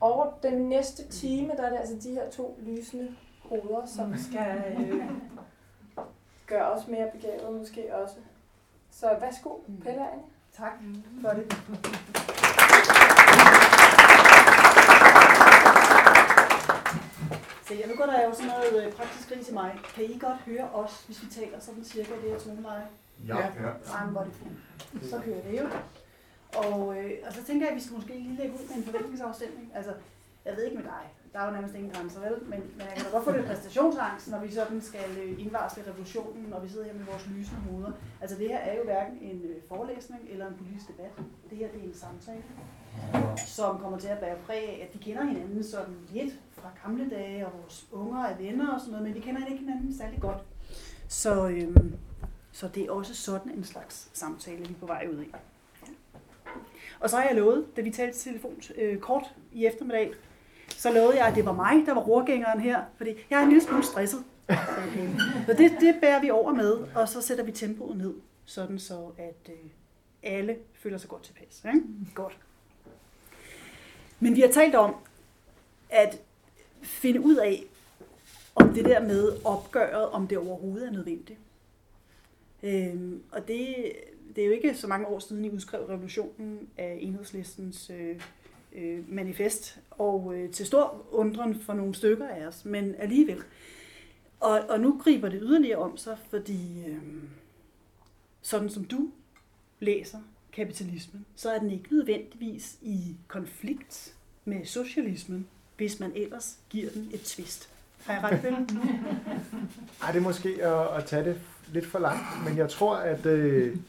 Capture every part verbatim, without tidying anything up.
Og den næste time, der er det altså de her to lysende hoveder, som skal øh, gøre os mere begavet måske også. Så værsgo, Pelle og Anja. Tak for det. Se, nu går der jo sådan noget praktisk gris i mig. Kan I godt høre os, hvis vi taler sådan cirka det her toneleje? Ja. ja. Jamen, hvor er det fint. Så kører det jo. Og, øh, og så tænker jeg, at vi skal måske lige lægge ud med en forventningsafstemning. Altså, jeg ved ikke med dig. Der er jo nærmest ingen grænser, vel? Men, men jeg kan da godt få lidt præstationsangst, når vi sådan skal indvarsle revolutionen, og vi sidder her med vores lysende hoveder. Altså, det her er jo hverken en forelæsning eller en politisk debat. Det her det er en samtale, som kommer til at bære præg af, at vi kender hinanden sådan lidt fra gamle dage, og vores unger er venner og sådan noget, men vi kender ikke hinanden særlig godt. Så, øhm, så det er også sådan en slags samtale, vi er på vej ud i. Og så har jeg lovet, da vi talte telefon øh, kort i eftermiddag, så lovede jeg, at det var mig, der var rorgængeren her, fordi jeg er en lille smule stresset. Så det, det bærer vi over med, og så sætter vi tempoet ned, sådan så at øh, alle føler sig godt tilpas. Ikke? Godt. Men vi har talt om at finde ud af, om det der med opgøret, om det overhovedet er nødvendigt. Øhm, og det, det er jo ikke så mange år siden, I udskrev revolutionen af Enhedslistens øh, øh, manifest, og øh, til stor undren for nogle stykker af os, men alligevel. Og, og nu griber det yderligere om sig, fordi øh, sådan som du læser kapitalismen, så er den ikke nødvendigvis i konflikt med socialismen, hvis man ellers giver den et twist. Har jeg ret, Pelle? Ej, det er måske at, at tage det lidt for langt, men jeg tror, at øh,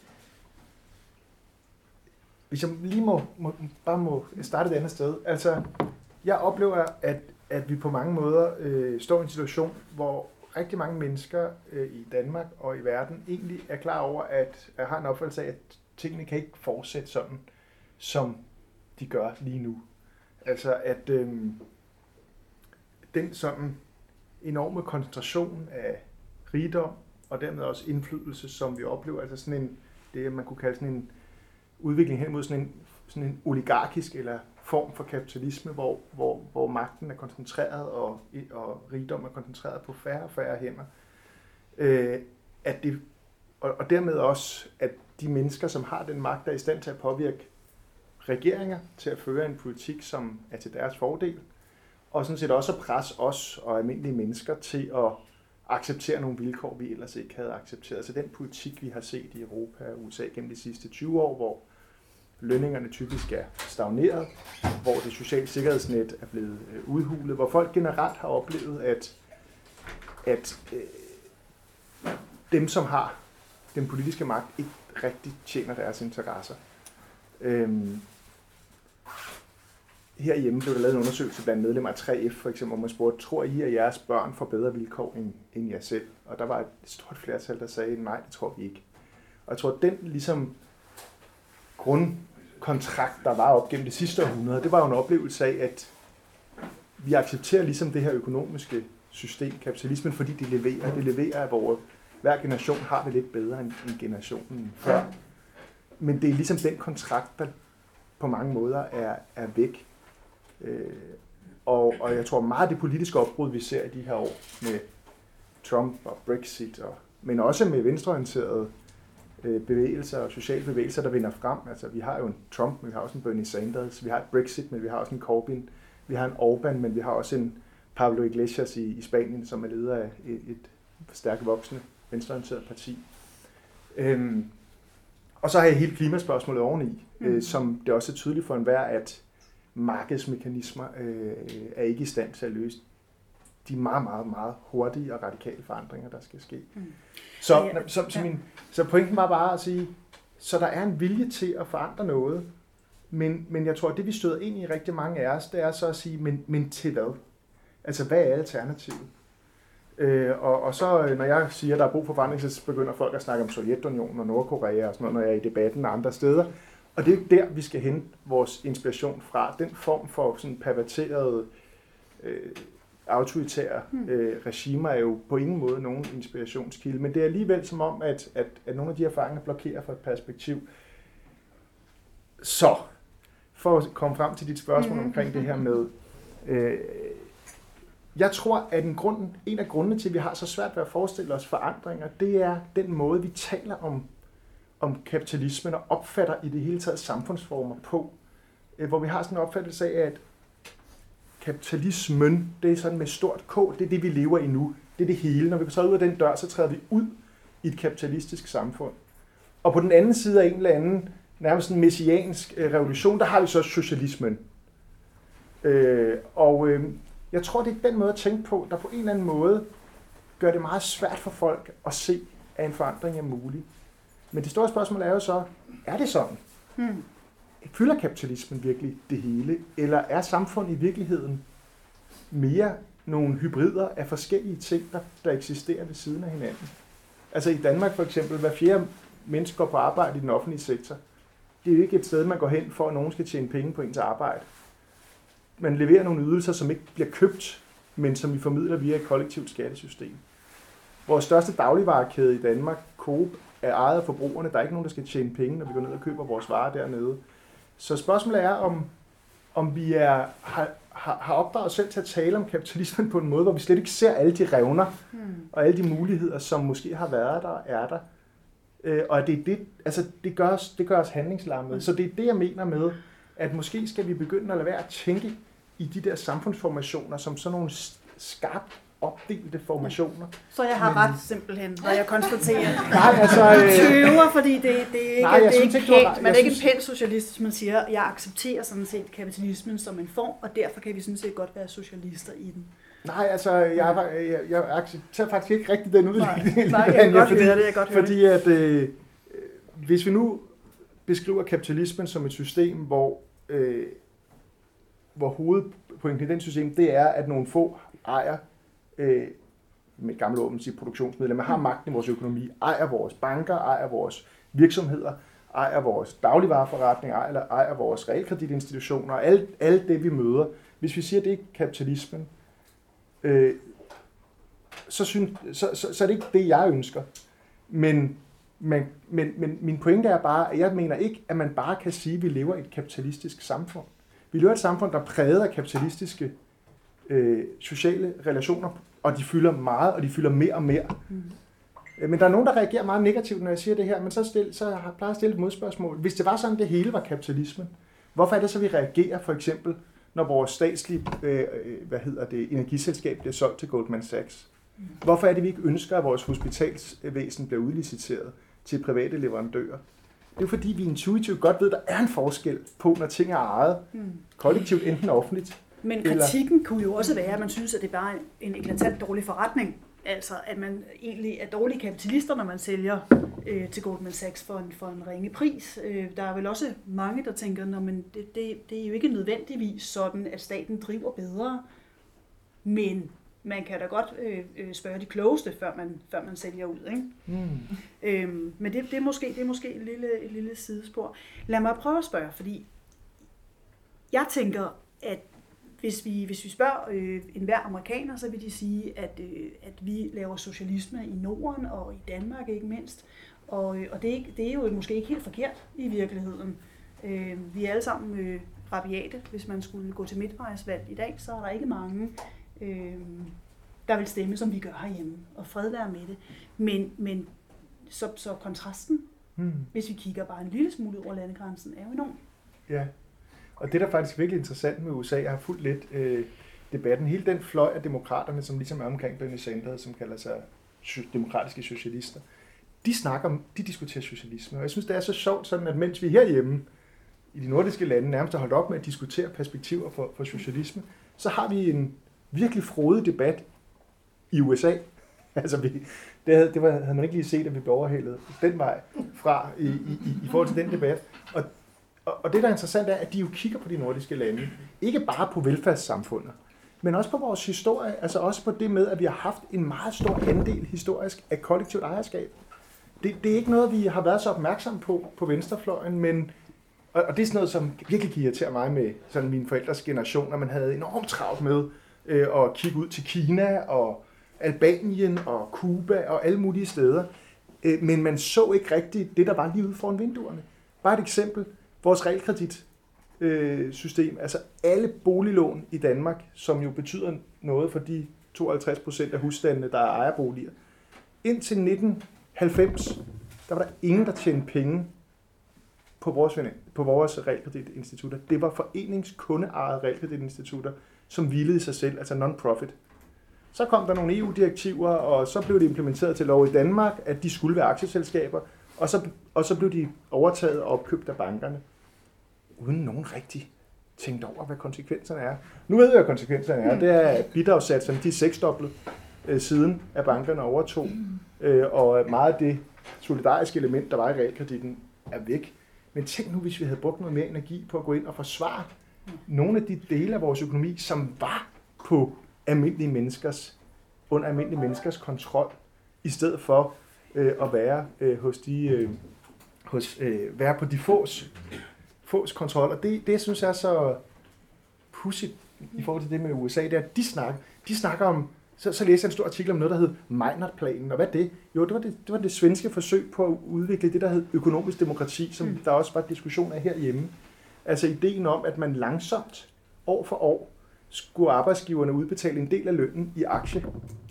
hvis jeg lige må, må, bare må starte et andet sted. Altså, jeg oplever, at, at vi på mange måder øh, står i en situation, hvor rigtig mange mennesker øh, i Danmark og i verden egentlig er klar over, at jeg har en opfattelse af, at tingene kan ikke fortsætte sådan, som de gør lige nu. Altså, at øh, den sådan enorme koncentration af rigdom, og dermed også indflydelse, som vi oplever, altså sådan en, det man kunne kalde sådan en udvikling hen mod sådan en, sådan en oligarkisk eller form for kapitalisme, hvor, hvor, hvor magten er koncentreret, og, og rigdom er koncentreret på færre og færre hænder. Øh, at det, og, og dermed også, at de mennesker, som har den magt, er i stand til at påvirke regeringer til at føre en politik, som er til deres fordel, og sådan set også at presse os og almindelige mennesker til at acceptere nogle vilkår, vi ellers ikke havde accepteret. Så den politik, vi har set i Europa og U S A gennem de sidste tyve år, hvor lønningerne typisk er stagneret, hvor det sociale sikkerhedsnet er blevet udhulet, hvor folk generelt har oplevet, at, at øh, dem, som har den politiske magt, ikke rigtig tjener deres interesser. Øhm, Herhjemme blev der lavet en undersøgelse blandt medlemmer af tre F, for eksempel, hvor man spurgte, tror I, at jeres børn får bedre vilkår end, end jer selv? Og der var et stort flertal, der sagde, nej, det tror vi ikke. Og jeg tror, at den ligesom grundkontrakt, der var op gennem det sidste århundrede, det var jo en oplevelse af, at vi accepterer ligesom det her økonomiske system, kapitalismen, fordi det leverer. Det leverer, at vores, hver generation har det lidt bedre end, end generationen før. Men det er ligesom den kontrakt, der på mange måder er, er væk. Øh, og, og jeg tror meget af det politiske opbrud, vi ser i de her år med Trump og Brexit, og, men også med venstreorienterede øh, bevægelser og sociale bevægelser, der vinder frem. Altså, vi har jo en Trump, men vi har også en Bernie Sanders, vi har et Brexit, men vi har også en Corbyn, vi har en Orbán, men vi har også en Pablo Iglesias i, i Spanien, som er leder af et, et stærkt voksende venstreorienteret parti. Øhm, og så har jeg hele klimaspørgsmålet oveni, mm. øh, som det også er tydeligt for enhver, at markedsmekanismer øh, er ikke i stand til at løse de meget, meget, meget hurtige og radikale forandringer, der skal ske. Mm. Så, ja, så, så, min, så pointen var bare at sige, så der er en vilje til at forandre noget, men, men jeg tror, at det vi støder ind i rigtig mange af os, det er så at sige, men, men til hvad? Altså, hvad er alternativet? Øh, og, og så, når jeg siger, at der er brug for forandring, så begynder folk at snakke om Sovjetunionen og Nordkorea og sådan noget, når jeg er i debatten og andre steder. Og det er der, vi skal hente vores inspiration fra. Den form for sådan perverterede, øh, autoritære øh, regimer er jo på ingen måde nogen inspirationskilde. Men det er alligevel som om, at, at, at nogle af de erfaringer blokerer for et perspektiv. Så, for at komme frem til dit spørgsmål omkring det her med, Øh, jeg tror, at en, grund, en af grundene til, at vi har så svært ved at forestille os forandringer, det er den måde, vi taler om, om kapitalismen og opfatter i det hele taget samfundsformer på. Øh, hvor vi har sådan en opfattelse af, at kapitalismen, det er sådan med stort K, det er det, vi lever i nu. Det er det hele. Når vi træder ud af den dør, så træder vi ud i et kapitalistisk samfund. Og på den anden side af en eller anden nærmest en messiansk øh, revolution, der har vi så socialismen. Øh, og øh, jeg tror, det er den måde at tænke på, der på en eller anden måde gør det meget svært for folk at se, at en forandring er mulig. Men det store spørgsmål er jo så, er det sådan? Hmm. Fylder kapitalismen virkelig det hele? Eller er samfundet i virkeligheden mere nogle hybrider af forskellige ting, der, der eksisterer ved siden af hinanden? Altså i Danmark for eksempel, hver fjerde menneske går på arbejde i den offentlige sektor. Det er jo ikke et sted, man går hen for, at nogen skal tjene penge på ens arbejde. Man leverer nogle ydelser, som ikke bliver købt, men som vi formidler via et kollektivt skattesystem. Vores største dagligvarekæde i Danmark, Coop, er ejet af forbrugerne. Der er ikke nogen, der skal tjene penge, når vi går ned og køber vores varer dernede. Så spørgsmålet er, om, om vi er, har, har, har opdraget os selv til at tale om kapitalismen på en måde, hvor vi slet ikke ser alle de revner hmm. og alle de muligheder, som måske har været der og er der. Øh, og det, det, altså, det, gør os, det gør os handlingslammede. Hmm. Så det er det, jeg mener med, at måske skal vi begynde at lade være at tænke i de der samfundsformationer som sådan nogle skarpt opdelte formationer. Så jeg har Men... ret simpelthen, når jeg konstaterer. Nej, altså... Øh... Tøver, fordi det, det er ikke, Nej, det er synes, ikke pænt. Man er ikke synes... en pæn socialist, man siger, jeg accepterer sådan set kapitalismen som en form, og derfor kan vi sådan set godt være socialister i den. Nej, altså, jeg, jeg, jeg accepterer faktisk ikke rigtig den udvikling. Nej, Nej, jeg kan godt høre det, jeg kan godt høre Fordi at, øh, hvis vi nu beskriver kapitalismen som et system, hvor, øh, hvor hovedpointen i den system, det er, at nogle få ejer øh, med et gammelt åbent sige produktionsmidler, man har magten i vores økonomi, ejer vores banker, ejer vores virksomheder, ejer vores dagligvareforretninger, ejer, ejer vores realkreditinstitutioner, og alt, alt det, vi møder. Hvis vi siger, at det ikke er kapitalismen, øh, så, synes, så, så, så er det ikke det, jeg ønsker. Men, men, men, men min pointe er bare, at jeg mener ikke, at man bare kan sige, at vi lever i et kapitalistisk samfund. Vi lever i et samfund, der er præget af kapitalistiske øh, sociale relationer, og de fylder meget, og de fylder mere og mere. Mm. Men der er nogen, der reagerer meget negativt, når jeg siger det her, men så, stil, så har jeg plejet at stille et modspørgsmål. Hvis det var sådan, det hele var kapitalismen, hvorfor er det så, vi reagerer for eksempel, når vores statslige øh, hvad hedder det, energiselskab bliver solgt til Goldman Sachs? Mm. Hvorfor er det, vi ikke ønsker, at vores hospitalsvæsen bliver udliciteret til private leverandører? Det er jo fordi, vi intuitivt godt ved, at der er en forskel på, når ting er ejet kollektivt, enten offentligt. Men kritikken eller... kunne jo også være, at man synes, at det er bare en eklatant dårlig forretning. Altså, at man egentlig er dårlige kapitalister, når man sælger øh, til Goldman Sachs for en, for en ringe pris. Øh, der er vel også mange, der tænker, at det, det, det er jo ikke nødvendigvis sådan, at staten driver bedre, men man kan da godt øh, spørge de klogeste, før man, før man sælger ud. Ikke? Mm. Øhm, men det, det, er måske, det er måske et lille, et lille sidespor. Lad mig prøve at spørge, fordi jeg tænker, at hvis vi, hvis vi spørger øh, enhver amerikaner, så vil de sige, at, øh, at vi laver socialisme i Norden og i Danmark ikke mindst. Og, øh, og det, er ikke, det er jo måske ikke helt forkert i virkeligheden. Øh, vi er alle sammen øh, rabiate. Hvis man skulle gå til midtvejsvalg i dag, så er der ikke mange, øh, der vil stemme, som vi gør herhjemme. Og fred være med det. Men, men så, så kontrasten, hmm. hvis vi kigger bare en lille smule over landegrænsen, er jo enorm. Ja. Og det, der er faktisk virkelig interessant med U S A, jeg har fulgt lidt øh, debatten, hele den fløj af demokraterne, som ligesom er omkring Bernie Sanders, som kalder sig demokratiske socialister, de snakker om, de diskuterer socialisme. Og jeg synes, det er så sjovt sådan, at mens vi herhjemme i de nordiske lande nærmest har holdt op med at diskutere perspektiver for, for socialisme, så har vi en virkelig frodig debat i U S A. Altså, vi, det, havde, det var, havde man ikke lige set, at vi blev overhældet den vej fra i, i, i forhold til den debat. Og Og det, der er interessant, er, at de jo kigger på de nordiske lande. Ikke bare på velfærdssamfundet, men også på vores historie. Altså også på det med, at vi har haft en meget stor andel historisk af kollektivt ejerskab. Det, det er ikke noget, vi har været så opmærksom på på venstrefløjen, men og, og det er sådan noget, som virkelig kan irritere mig med sådan mine forældres generation, at man havde enormt travlt med øh, at kigge ud til Kina og Albanien og Cuba og alle mulige steder. Øh, men man så ikke rigtigt det, der var lige ude foran vinduerne. Bare et eksempel. Vores realkredit øh, system, altså alle boliglån i Danmark, som jo betyder noget for de tooghalvtreds procent af husstandene, der er ejerboliger. Indtil nitten halvfems, der var der ingen, der tjente penge på vores, på vores realkreditinstitutter. Det var foreningskundeejede realkreditinstitutter, som hvilede i sig selv, altså non-profit. Så kom der nogle E U-direktiver, og så blev det implementeret til lov i Danmark, at de skulle være aktieselskaber, og så, og så blev de overtaget og opkøbt af bankerne, uden nogen rigtig tænkt over, hvad konsekvenserne er. Nu ved jeg, hvad konsekvenserne er. Det er, at bidragssatserne, de er seksdoblet øh, siden, at bankerne overtog, øh, og meget af det solidariske element, der var i realkreditten, er væk. Men tænk nu, hvis vi havde brugt noget mere energi på at gå ind og forsvare nogle af de dele af vores økonomi, som var på almindelige menneskers, under almindelige menneskers kontrol, i stedet for øh, at være øh, hos de, øh, hos, øh, være på de fås, fås kontrol. Og det, det, jeg synes er så pudsigt i forhold til det med U S A, det er, at de snakker, de snakker om, så, så læser jeg en stor artikel om noget, der hed Meinertplanen. Og hvad er det? Jo, det var det, det var det svenske forsøg på at udvikle det, der hed økonomisk demokrati, som mm. der også var diskussion af herhjemme. Altså ideen om, at man langsomt, år for år, skulle arbejdsgiverne udbetale en del af lønnen i aktie.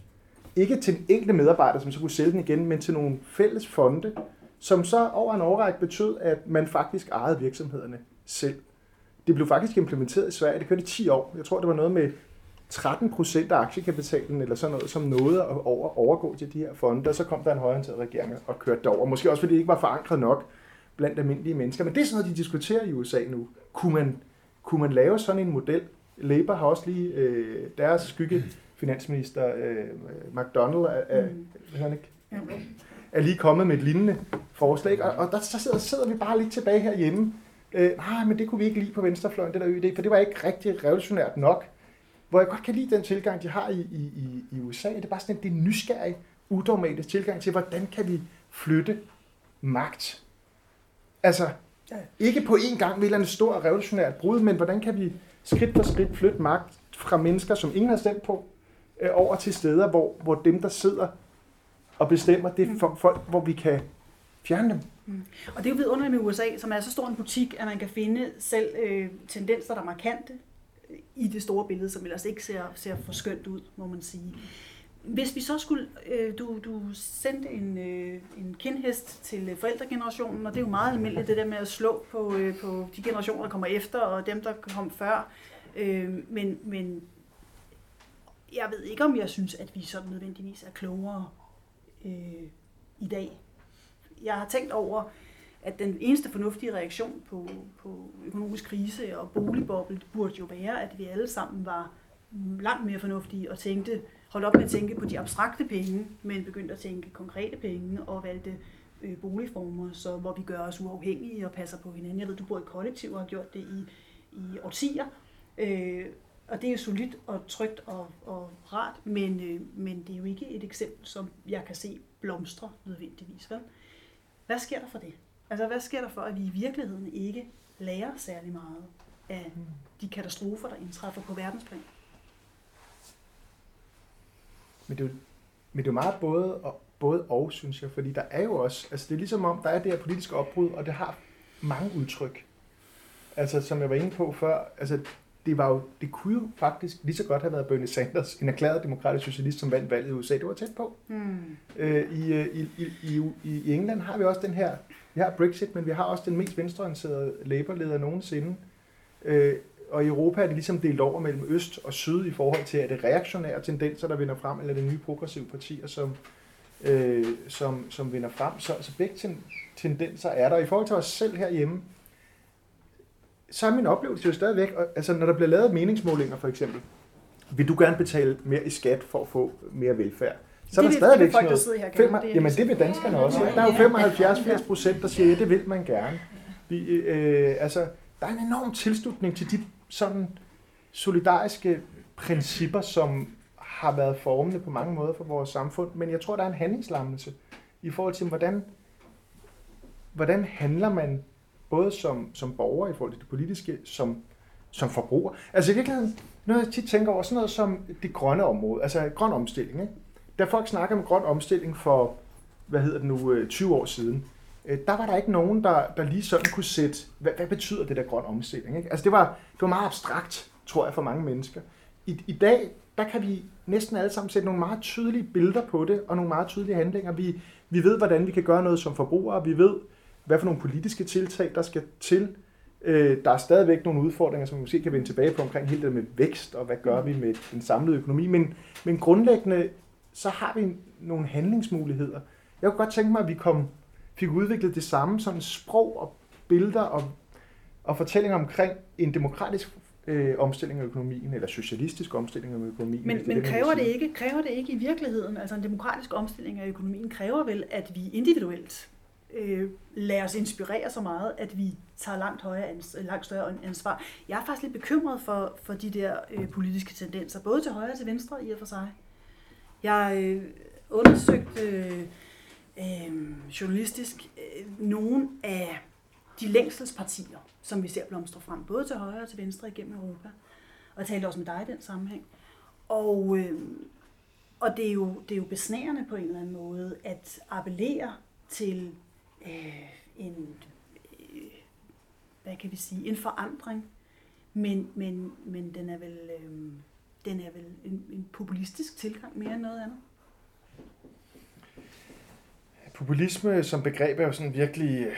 Ikke til den enkelte medarbejder, som så kunne sælge den igen, men til nogle fælles fonde, som så over en årrække betød, at man faktisk ejede virksomhederne selv. Det blev faktisk implementeret i Sverige, det kørte i ti år. Jeg tror, det var noget med tretten procent af aktiekapitalen, eller sådan noget, som nåede at over, overgå til de her fonde, og så kom der en højreorienteret regering og kørte det over. Måske også, fordi det ikke var forankret nok blandt almindelige mennesker. Men det er sådan noget, de diskuterer i U S A nu. Kunne man, kunne man lave sådan en model? Labour har også lige øh, deres skygge finansminister, øh, McDonald, er, er, er, ikke? er lige kommet med et lignende forslag, og, og der så sidder, sidder vi bare lidt tilbage herhjemme. Øh, nej, men det kunne vi ikke lide på venstrefløjen, det der idé, for det var ikke rigtig revolutionært nok. Hvor jeg godt kan lide den tilgang, de har i, i, i U S A, det er bare sådan en det nysgerrige, udogmatisk tilgang til, hvordan kan vi flytte magt. Altså, ikke på én gang vil en stor revolutionært brud, men hvordan kan vi skridt for skridt flytte magt fra mennesker, som ingen har stemt på, øh, over til steder, hvor, hvor dem, der sidder og bestemmer, det er folk, hvor vi kan fjerne dem. Mm. Og det er jo vidunderligt med U S A, som er så stor en butik, at man kan finde selv øh, tendenser, der er markante i det store billede, som ellers ikke ser, ser for skønt ud, må man sige. Hvis vi så skulle, øh, du, du sendte en, øh, en kindhest til forældregenerationen, og det er jo meget almindeligt det der med at slå på, øh, på de generationer, der kommer efter, og dem, der kom før. Øh, men, men jeg ved ikke, om jeg synes, at vi så nødvendigvis er klogere øh, i dag. Jeg har tænkt over, at den eneste fornuftige reaktion på, på økonomisk krise og boligboble burde jo være, at vi alle sammen var langt mere fornuftige og tænkte, holdt op med at tænke på de abstrakte penge, men begyndte at tænke konkrete penge og valgte øh, boligformer, så, hvor vi gør os uafhængige og passer på hinanden. Jeg ved, du bor i kollektiv og har gjort det i, i årtier, øh, og det er jo solidt og trygt og, og rart, men, øh, men det er jo ikke et eksempel, som jeg kan se blomstre nødvendigvis. Vel? Hvad sker der for det? Altså, hvad sker der for, at vi i virkeligheden ikke lærer særlig meget af de katastrofer, der indtræffer på verdensplan? Men det er jo, men det er jo meget både og, både og, synes jeg, fordi der er jo også, altså det er ligesom om, der er det her politiske opbrud, og det har mange udtryk. Altså, som jeg var inde på før, altså, det var jo, det kunne jo faktisk lige så godt have været Bernie Sanders, en erklæret demokratisk socialist, som vandt valget i U S A. Det var tæt på. Mm. Øh, i, i, i, I England har vi også den her, vi har Brexit, men vi har også den mest venstreorienterede Labour-leder nogensinde. Øh, og i Europa er det ligesom delt over mellem øst og syd i forhold til, at det reaktionære tendenser, der vinder frem, eller det nye progressive partier, som, øh, som, som vinder frem. Så, så begge ten, tendenser er der. I forhold til os selv herhjemme, så er min oplevelse jo stadigvæk, altså når der bliver lavet meningsmålinger for eksempel, vil du gerne betale mere i skat for at få mere velfærd? Så det er der stadigvæk folk, noget. Her, Fem, det jamen det vil danskerne også. Der er jo femoghalvfjerds til firs procent, der siger, at det vil man gerne. Vi, øh, altså, der er en enorm tilslutning til de sådan solidariske principper, som har været formende på mange måder for vores samfund, men jeg tror, der er en handlingslammelse i forhold til, hvordan, hvordan handler man både som, som borger i forhold til det politiske, som, som forbruger. Altså i virkeligheden, noget jeg tit tænker over, sådan noget som det grønne område, altså grøn omstilling. Ikke? Da folk snakker om grøn omstilling for, hvad hedder det nu, tyve år siden, der var der ikke nogen, der, der lige sådan kunne sætte, hvad, hvad betyder det der grøn omstilling? Ikke? Altså det var, det var meget abstrakt, tror jeg, for mange mennesker. I, I dag, der kan vi næsten alle sammen sætte nogle meget tydelige billeder på det, og nogle meget tydelige handlinger. Vi, vi ved, hvordan vi kan gøre noget som forbrugere, vi ved, hvad for nogle politiske tiltag, der skal til. Øh, der er stadigvæk nogle udfordringer, som vi måske kan vende tilbage på omkring hele det med vækst, og hvad gør vi med den samlede økonomi. Men, men grundlæggende, så har vi nogle handlingsmuligheder. Jeg kunne godt tænke mig, at vi kom, fik udviklet det samme, sådan sprog og billeder og, og fortællinger omkring en demokratisk øh, omstilling af økonomien, eller socialistisk omstilling af økonomien. Men, men kræver, det ikke, kræver det ikke i virkeligheden, altså en demokratisk omstilling af økonomien, kræver vel, at vi individuelt øh, lader os inspirere så meget, at vi tager langt, højere, langt større ansvar. Jeg er faktisk lidt bekymret for, for de der øh, politiske tendenser, både til højre og til venstre i og for sig. Jeg øh, undersøgte øh, øh, journalistisk øh, nogle af de længselspartier, som vi ser blomstre frem, både til højre og til venstre igennem Europa. Og jeg talte også med dig i den sammenhæng. Og, øh, og det, er jo, det er jo besnærende på en eller anden måde at appellere til øh, en, øh, hvad kan vi sige, en forandring, men, men, men den er vel, øh, den er vel en, en populistisk tilgang mere end noget andet. Populisme som begreb er jo sådan virkelig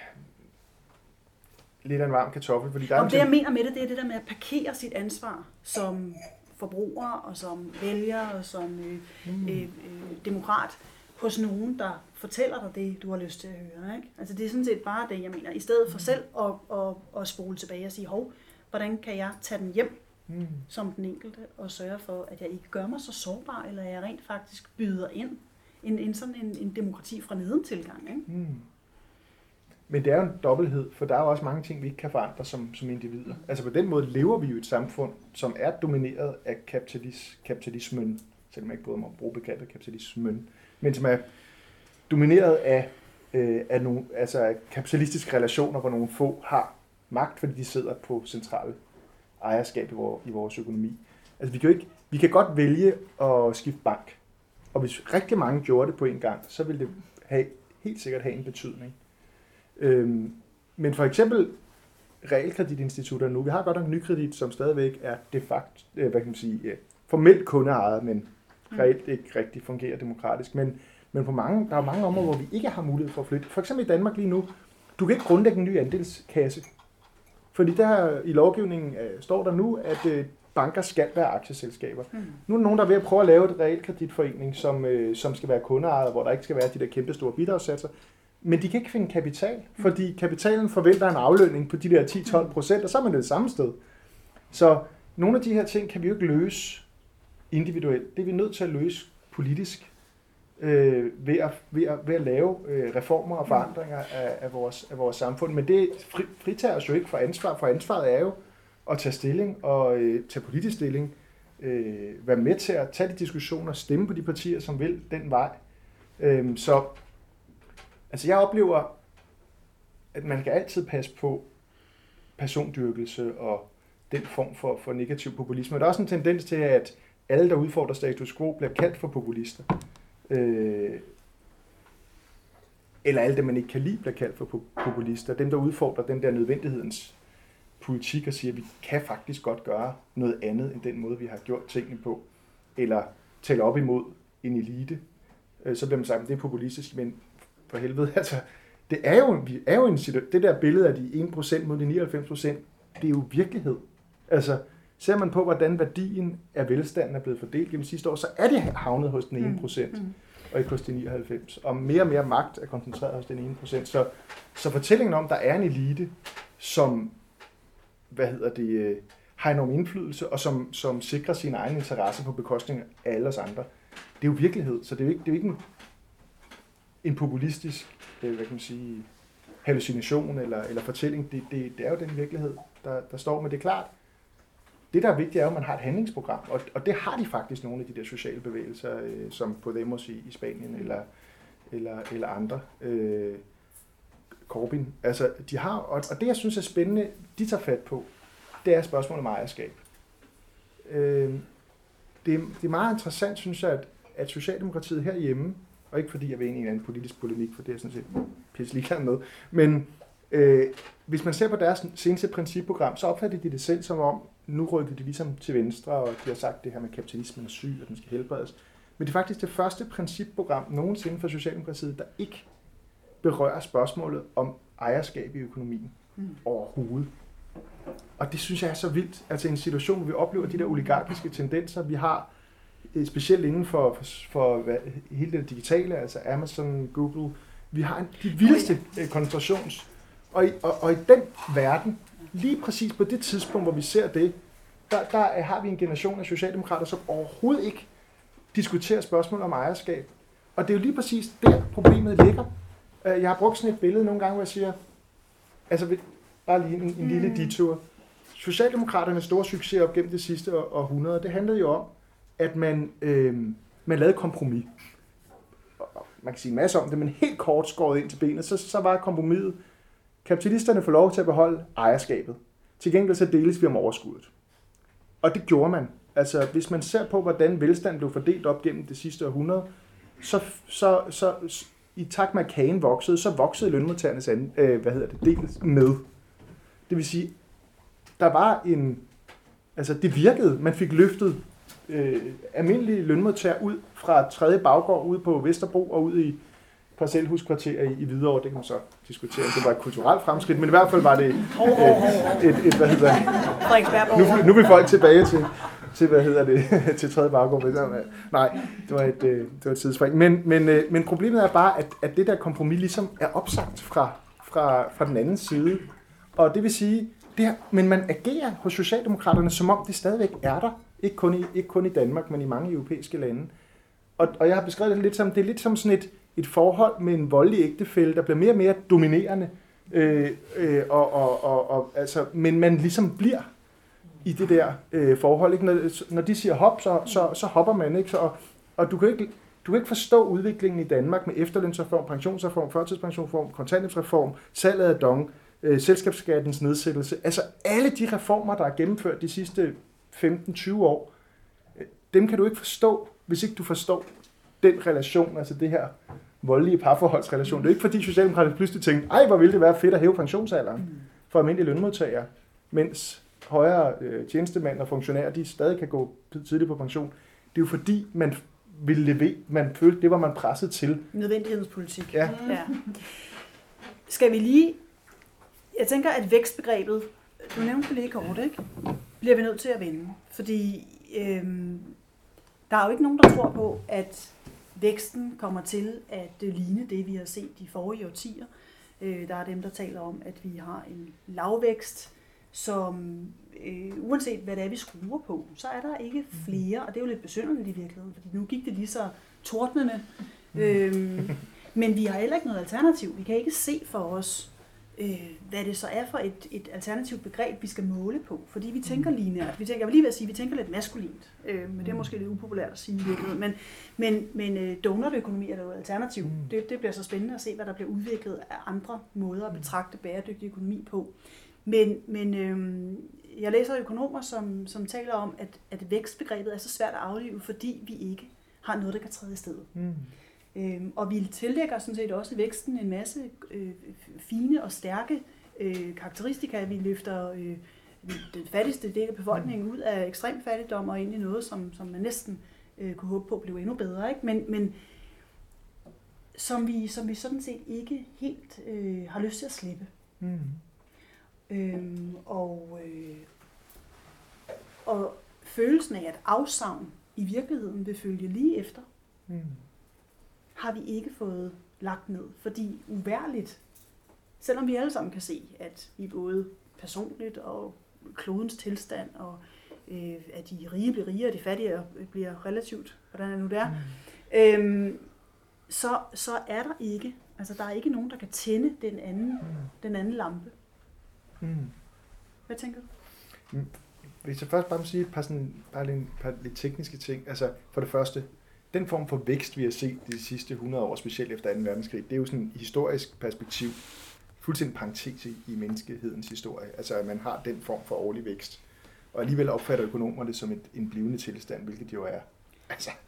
lidt af en varm kartoffel. Fordi der er og det, jeg mener med det, det er det der med at parkere sit ansvar som forbruger og som vælger og som øh, mm. øh, øh, demokrat hos nogen, der fortæller dig det, du har lyst til at høre. Ikke? Altså det er sådan set bare det, jeg mener. I stedet for selv at, at, at spole tilbage og sige, hov, hvordan kan jeg tage den hjem mm. som den enkelte og sørge for, at jeg ikke gør mig så sårbar, eller jeg rent faktisk byder ind en, en sådan en, en demokrati fra neden tilgang. Ikke? Mm. Men det er jo en dobbelthed, for der er jo også mange ting, vi ikke kan forandre som, som individer. Altså på den måde lever vi jo i et samfund, som er domineret af kapitalis, kapitalismen, selvom jeg ikke bryder mig om at bruge begrebet kapitalismen, men som er domineret af, øh, af nogle, altså af kapitalistiske relationer, hvor nogle få har magt, fordi de sidder på centrale ejerskab i vores, i vores økonomi. Altså vi kan jo ikke, vi kan godt vælge at skifte bank, og hvis rigtig mange gjorde det på en gang, så ville det have, helt sikkert have en betydning. Øhm, men for eksempel realkreditinstitutter nu, vi har godt nok Nykredit, som stadigvæk er de facto, hvad kan man sige, formelt kundeejet, men reelt ikke rigtig fungerer demokratisk. Men, men på mange, der er mange områder, hvor vi ikke har mulighed for at flytte. For eksempel i Danmark lige nu, du kan ikke grundlægge en ny andelskasse. Fordi der i lovgivningen øh, står der nu, at øh, banker skal være aktieselskaber. Mm. Nu er der nogen, der er ved at prøve at lave et realkreditforening, som, øh, som skal være kundeejet, hvor der ikke skal være de der kæmpe store bidragssatser. Men de kan ikke finde kapital, fordi kapitalen forventer en aflønning på de der ti til tolv procent, og så er man det samme sted. Så nogle af de her ting kan vi jo ikke løse individuelt. Det er vi nødt til at løse politisk øh, ved, at, ved, at, ved at lave øh, reformer og forandringer af, af, vores, af vores samfund. Men det fri, fritager os jo ikke for ansvar, for ansvaret er jo at tage stilling og øh, tage politisk stilling, øh, være med til at tage de diskussioner, stemme på de partier, som vil den vej. Øh, så Altså jeg oplever, at man kan altid passe på persondyrkelse og den form for, for negativ populisme. Og der er også en tendens til, at alle, der udfordrer status quo, bliver kaldt for populister. Øh, eller alle dem, man ikke kan lide, bliver kaldt for populister. Dem, der udfordrer den der nødvendighedens politik og siger, at vi kan faktisk godt gøre noget andet, end den måde, vi har gjort tingene på. Eller tale op imod en elite. Øh, så bliver man sagt, at det er populistisk, men for helvede, altså, det er jo, vi er jo en situation, det der billede af de en procent mod de nioghalvfems procent, det er jo virkelighed. Altså, ser man på, hvordan værdien af velstanden er blevet fordelt gennem sidste år, så er det havnet hos den ene procent, mm. mm. og ikke hos de nioghalvfems. Og mere og mere magt er koncentreret hos den ene procent. Så, så fortællingen om, der er en elite, som, hvad hedder det, har enorm indflydelse, og som, som sikrer sine egne interesser på bekostning af alle os andre, det er jo virkelighed. Så det er jo ikke, det er jo ikke en en populistisk, hvad kan man sige, hallucination eller, eller fortælling. Det, det, det er jo den virkelighed, der, der står. Men det er klart, det der er vigtigt er jo, at man har et handlingsprogram. Og, og det har de faktisk nogle af de der sociale bevægelser, øh, som Podemos i, i Spanien eller, eller, eller andre. Øh, Corbyn. Altså, de har, og, og det jeg synes er spændende, de tager fat på, det er spørgsmålet om ejerskab. Øh, det, det er meget interessant, synes jeg, at, at Socialdemokratiet herhjemme, og ikke fordi jeg vil ind i en anden politisk polemik, for det er jeg sådan set pisse ligeglad med, men øh, hvis man ser på deres seneste principprogram, så opfatter de det selv som om, nu rykker de ligesom til venstre, og de har sagt det her med kapitalismen er syg, og den skal helbredes. Men det er faktisk det første principprogram nogensinde for Socialdemokratiet, der ikke berører spørgsmålet om ejerskab i økonomien mm. overhovedet. Og det synes jeg er så vildt. Altså en situation, hvor vi oplever de der oligarkiske tendenser, vi har specielt inden for, for, for hvad, hele det digitale, altså Amazon, Google, vi har en, de vildeste koncentrations. Og i, og, og i den verden, lige præcis på det tidspunkt, hvor vi ser det, der, der har vi en generation af socialdemokrater, som overhovedet ikke diskuterer spørgsmål om ejerskab. Og det er jo lige præcis der, problemet ligger. Jeg har brugt sådan et billede nogle gange, hvor jeg siger, altså bare lige en, en lille detur. Socialdemokraternes store succes op gennem det sidste århundrede, det handlede jo om, at man, øh, man lavede kompromis. Man kan sige en masse om det, men helt kort skåret ind til benet, så, så var kompromiset, kapitalisterne får lov til at beholde ejerskabet. Til gengæld så deles vi om overskuddet. Og det gjorde man. Altså, hvis man ser på, hvordan velstand blev fordelt op gennem det sidste århundrede, så, så, så i takt med at kagen voksede, så voksede lønmodtagernes anden, øh, hvad hedder det, del med. Det vil sige, der var en, altså det virkede, man fik løftet øh, almindelige lønmodtagere ud fra tredje baggård ud på Vesterbro og ud i parcelhuskvarter i, i Hvidovre. Det kan man så diskutere, det var et kulturelt fremskridt, men i hvert fald var det øh, et, et, hvad hedder det, nu, nu vil folk tilbage til, til hvad hedder det, til tredje baggård. Nej, det var et, det var et tidsspring. Men, men, men problemet er bare, at, at det der kompromis ligesom er opsagt fra, fra, fra den anden side. Og det vil sige, det her, men man agerer hos Socialdemokraterne, som om det stadigvæk er der. Ikke kun i, ikke kun i Danmark, men i mange europæiske lande. Og, og jeg har beskrevet det lidt som, det er lidt som sådan et, et forhold med en voldelig ægtefælle, der bliver mere og mere dominerende. Øh, øh, og, og, og, og, altså, men man ligesom bliver i det der øh, forhold. Ikke? Når, når de siger hop, så, så, så hopper man. Ikke? Så, og og du, kan ikke, du kan ikke forstå udviklingen i Danmark med efterlønsreform, pensionsreform, førtidspensionsreform, kontanthjælpsreform, salget af dong, øh, selskabsskattens nedsættelse. Altså alle de reformer, der er gennemført de sidste femten tyve år, øh, dem kan du ikke forstå, hvis ikke du forstår den relation, altså det her voldelige parforholdsrelation. Det er ikke fordi Socialdemokraterne pludselig tænkte, ej hvor ville det være fedt at hæve pensionsalderen for almindelige lønmodtagere, mens højere øh, tjenestemænd og funktionærer, de stadig kan gå tidligt på pension. Det er jo fordi, man ville levere, man følte, det var man presset til. Nødvendighedens politik. Ja. Ja. Skal vi lige, jeg tænker, at vækstbegrebet, du nævnte det lige kort, ikke? Bliver vi nødt til at vende. Fordi øhm, der er jo ikke nogen, der tror på, at væksten kommer til at ligne det, vi har set de forrige årtier. Øh, der er dem, der taler om, at vi har en lavvækst, som øh, uanset hvad det er, vi skruer på, så er der ikke flere, og det er jo lidt besynderligt i virkeligheden, fordi nu gik det lige så tordnende. Øhm, men vi har heller ikke noget alternativ. Vi kan ikke se for os, øh, hvad det så er for et, et alternativt begreb, vi skal måle på, fordi vi tænker lineært. Vi tænker, jeg vil lige ved at sige, vi tænker lidt maskulint, øh, men det er måske lidt upopulært at sige i virkeligheden. Men, men, men øh, donutøkonomi er jo et alternativ. Det, det bliver så spændende at se, hvad der bliver udviklet af andre måder at betragte bæredygtig økonomi på. Men, men øhm, jeg læser økonomer, som, som taler om, at, at vækstbegrebet er så svært at aflive, fordi vi ikke har noget, der kan træde i stedet. Mm. Øhm, og vi tillægger sådan set også væksten en masse øh, fine og stærke øh, karakteristika. Vi løfter øh, den fattigste del af befolkningen ud af ekstrem fattigdom og ind i noget, som, som man næsten øh, kunne håbe på blev endnu bedre. Ikke? Men, men som, vi, som vi sådan set ikke helt øh, har lyst til at slippe. Mm. Øhm, og, øh, og følelsen af at afsavn i virkeligheden vil følge lige efter, mm. har vi ikke fået lagt ned. Fordi uværligt, selvom vi alle sammen kan se, at vi både personligt og klodens tilstand, og øh, at de rige bliver rigere, og de fattige bliver relativt, hvordan er nu det er, mm. øhm, så, så er der ikke, altså der er ikke nogen, der kan tænde den anden, mm. den anden lampe. Mm. Hvad tænker du? Hvis jeg først bare må sige et par, sådan, bare lidt, par lidt tekniske ting. Altså for det første, den form for vækst, vi har set de sidste hundrede år, specielt efter anden verdenskrig, det er jo sådan et historisk perspektiv, fuldstændig parentes i, i menneskehedens historie. Altså at man har den form for årlig vækst. Og alligevel opfatter økonomer det som et, en blivende tilstand, hvilket jo er altså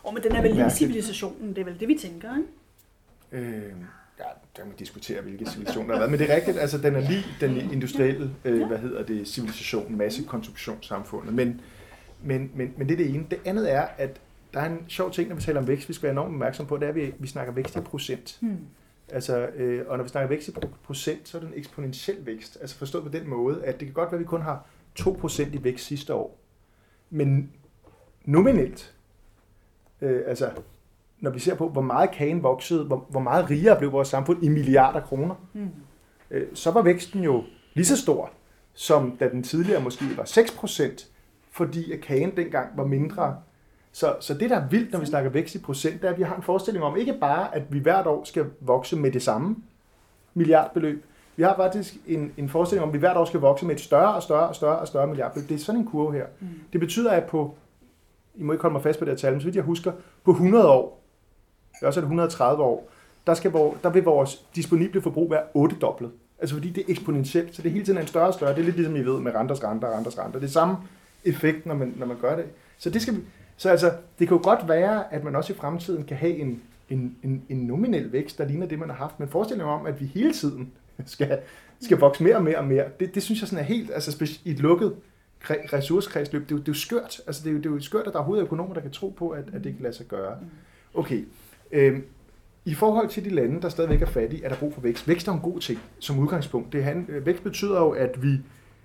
Oh, men den er vel lige civilisationen, det er vel det, vi tænker, ikke? Øh, ja, der kan man diskutere, hvilke civilisationer der har været, men det er rigtigt, altså den er lige den industrielle, øh, hvad hedder det, civilisation, massekonstruktionssamfundet, men, men, men, men det er det ene. Det andet er, at der er en sjov ting, når vi taler om vækst, vi skal være enormt opmærksom på, det er, at vi, vi snakker vækst i procent. Hmm. Altså, øh, og når vi snakker vækst i procent, så er det en eksponentiel vækst. Altså forstået på den måde, at det kan godt være, at vi kun har to procent i vækst sidste år. Men nominelt, øh, altså når vi ser på, hvor meget kagen voksede, hvor, hvor meget rigere blev vores samfund i milliarder kroner, hmm. øh, så var væksten jo lige så stor, som da den tidligere måske var seks procent, fordi at kagen dengang var mindre. Så, så det, der er vildt, når vi snakker vækst i procent, det er, at vi har en forestilling om, ikke bare, at vi hvert år skal vokse med det samme milliardbeløb. Vi har faktisk en, en forestilling om, at vi hvert år skal vokse med et større og større og større og større milliardbeløb. Det er sådan en kurve her. Mm. Det betyder, at på, I må ikke holde mig fast på det her tal, men så vidt jeg husker, på hundrede år, det er også et hundrede og tredive år, der, skal, der vil vores disponible forbrug være ottedoblet. Altså fordi det er eksponentielt, så det hele tiden er en større og større. Det er lidt ligesom I ved med renters renter og renters renter. Det er samme effekt, når man, når man gør det. Så det skal vi... Så altså, det kan jo godt være, at man også i fremtiden kan have en, en, en, en nominel vækst, der ligner det, man har haft. Men forestillingen om, at vi hele tiden skal, skal vokse mere og mere og mere, det, det synes jeg sådan er helt, altså i et lukket ressourcekredsløb, det er jo, det er jo skørt. Altså det er jo, det er jo skørt, at der er overhovedet økonomer, der kan tro på, at, at det kan lade sig gøre. Okay. Øhm, I forhold til de lande, der stadigvæk er fattige, er der brug for vækst. Vækst er en god ting som udgangspunkt. Det han, vækst betyder jo, at vi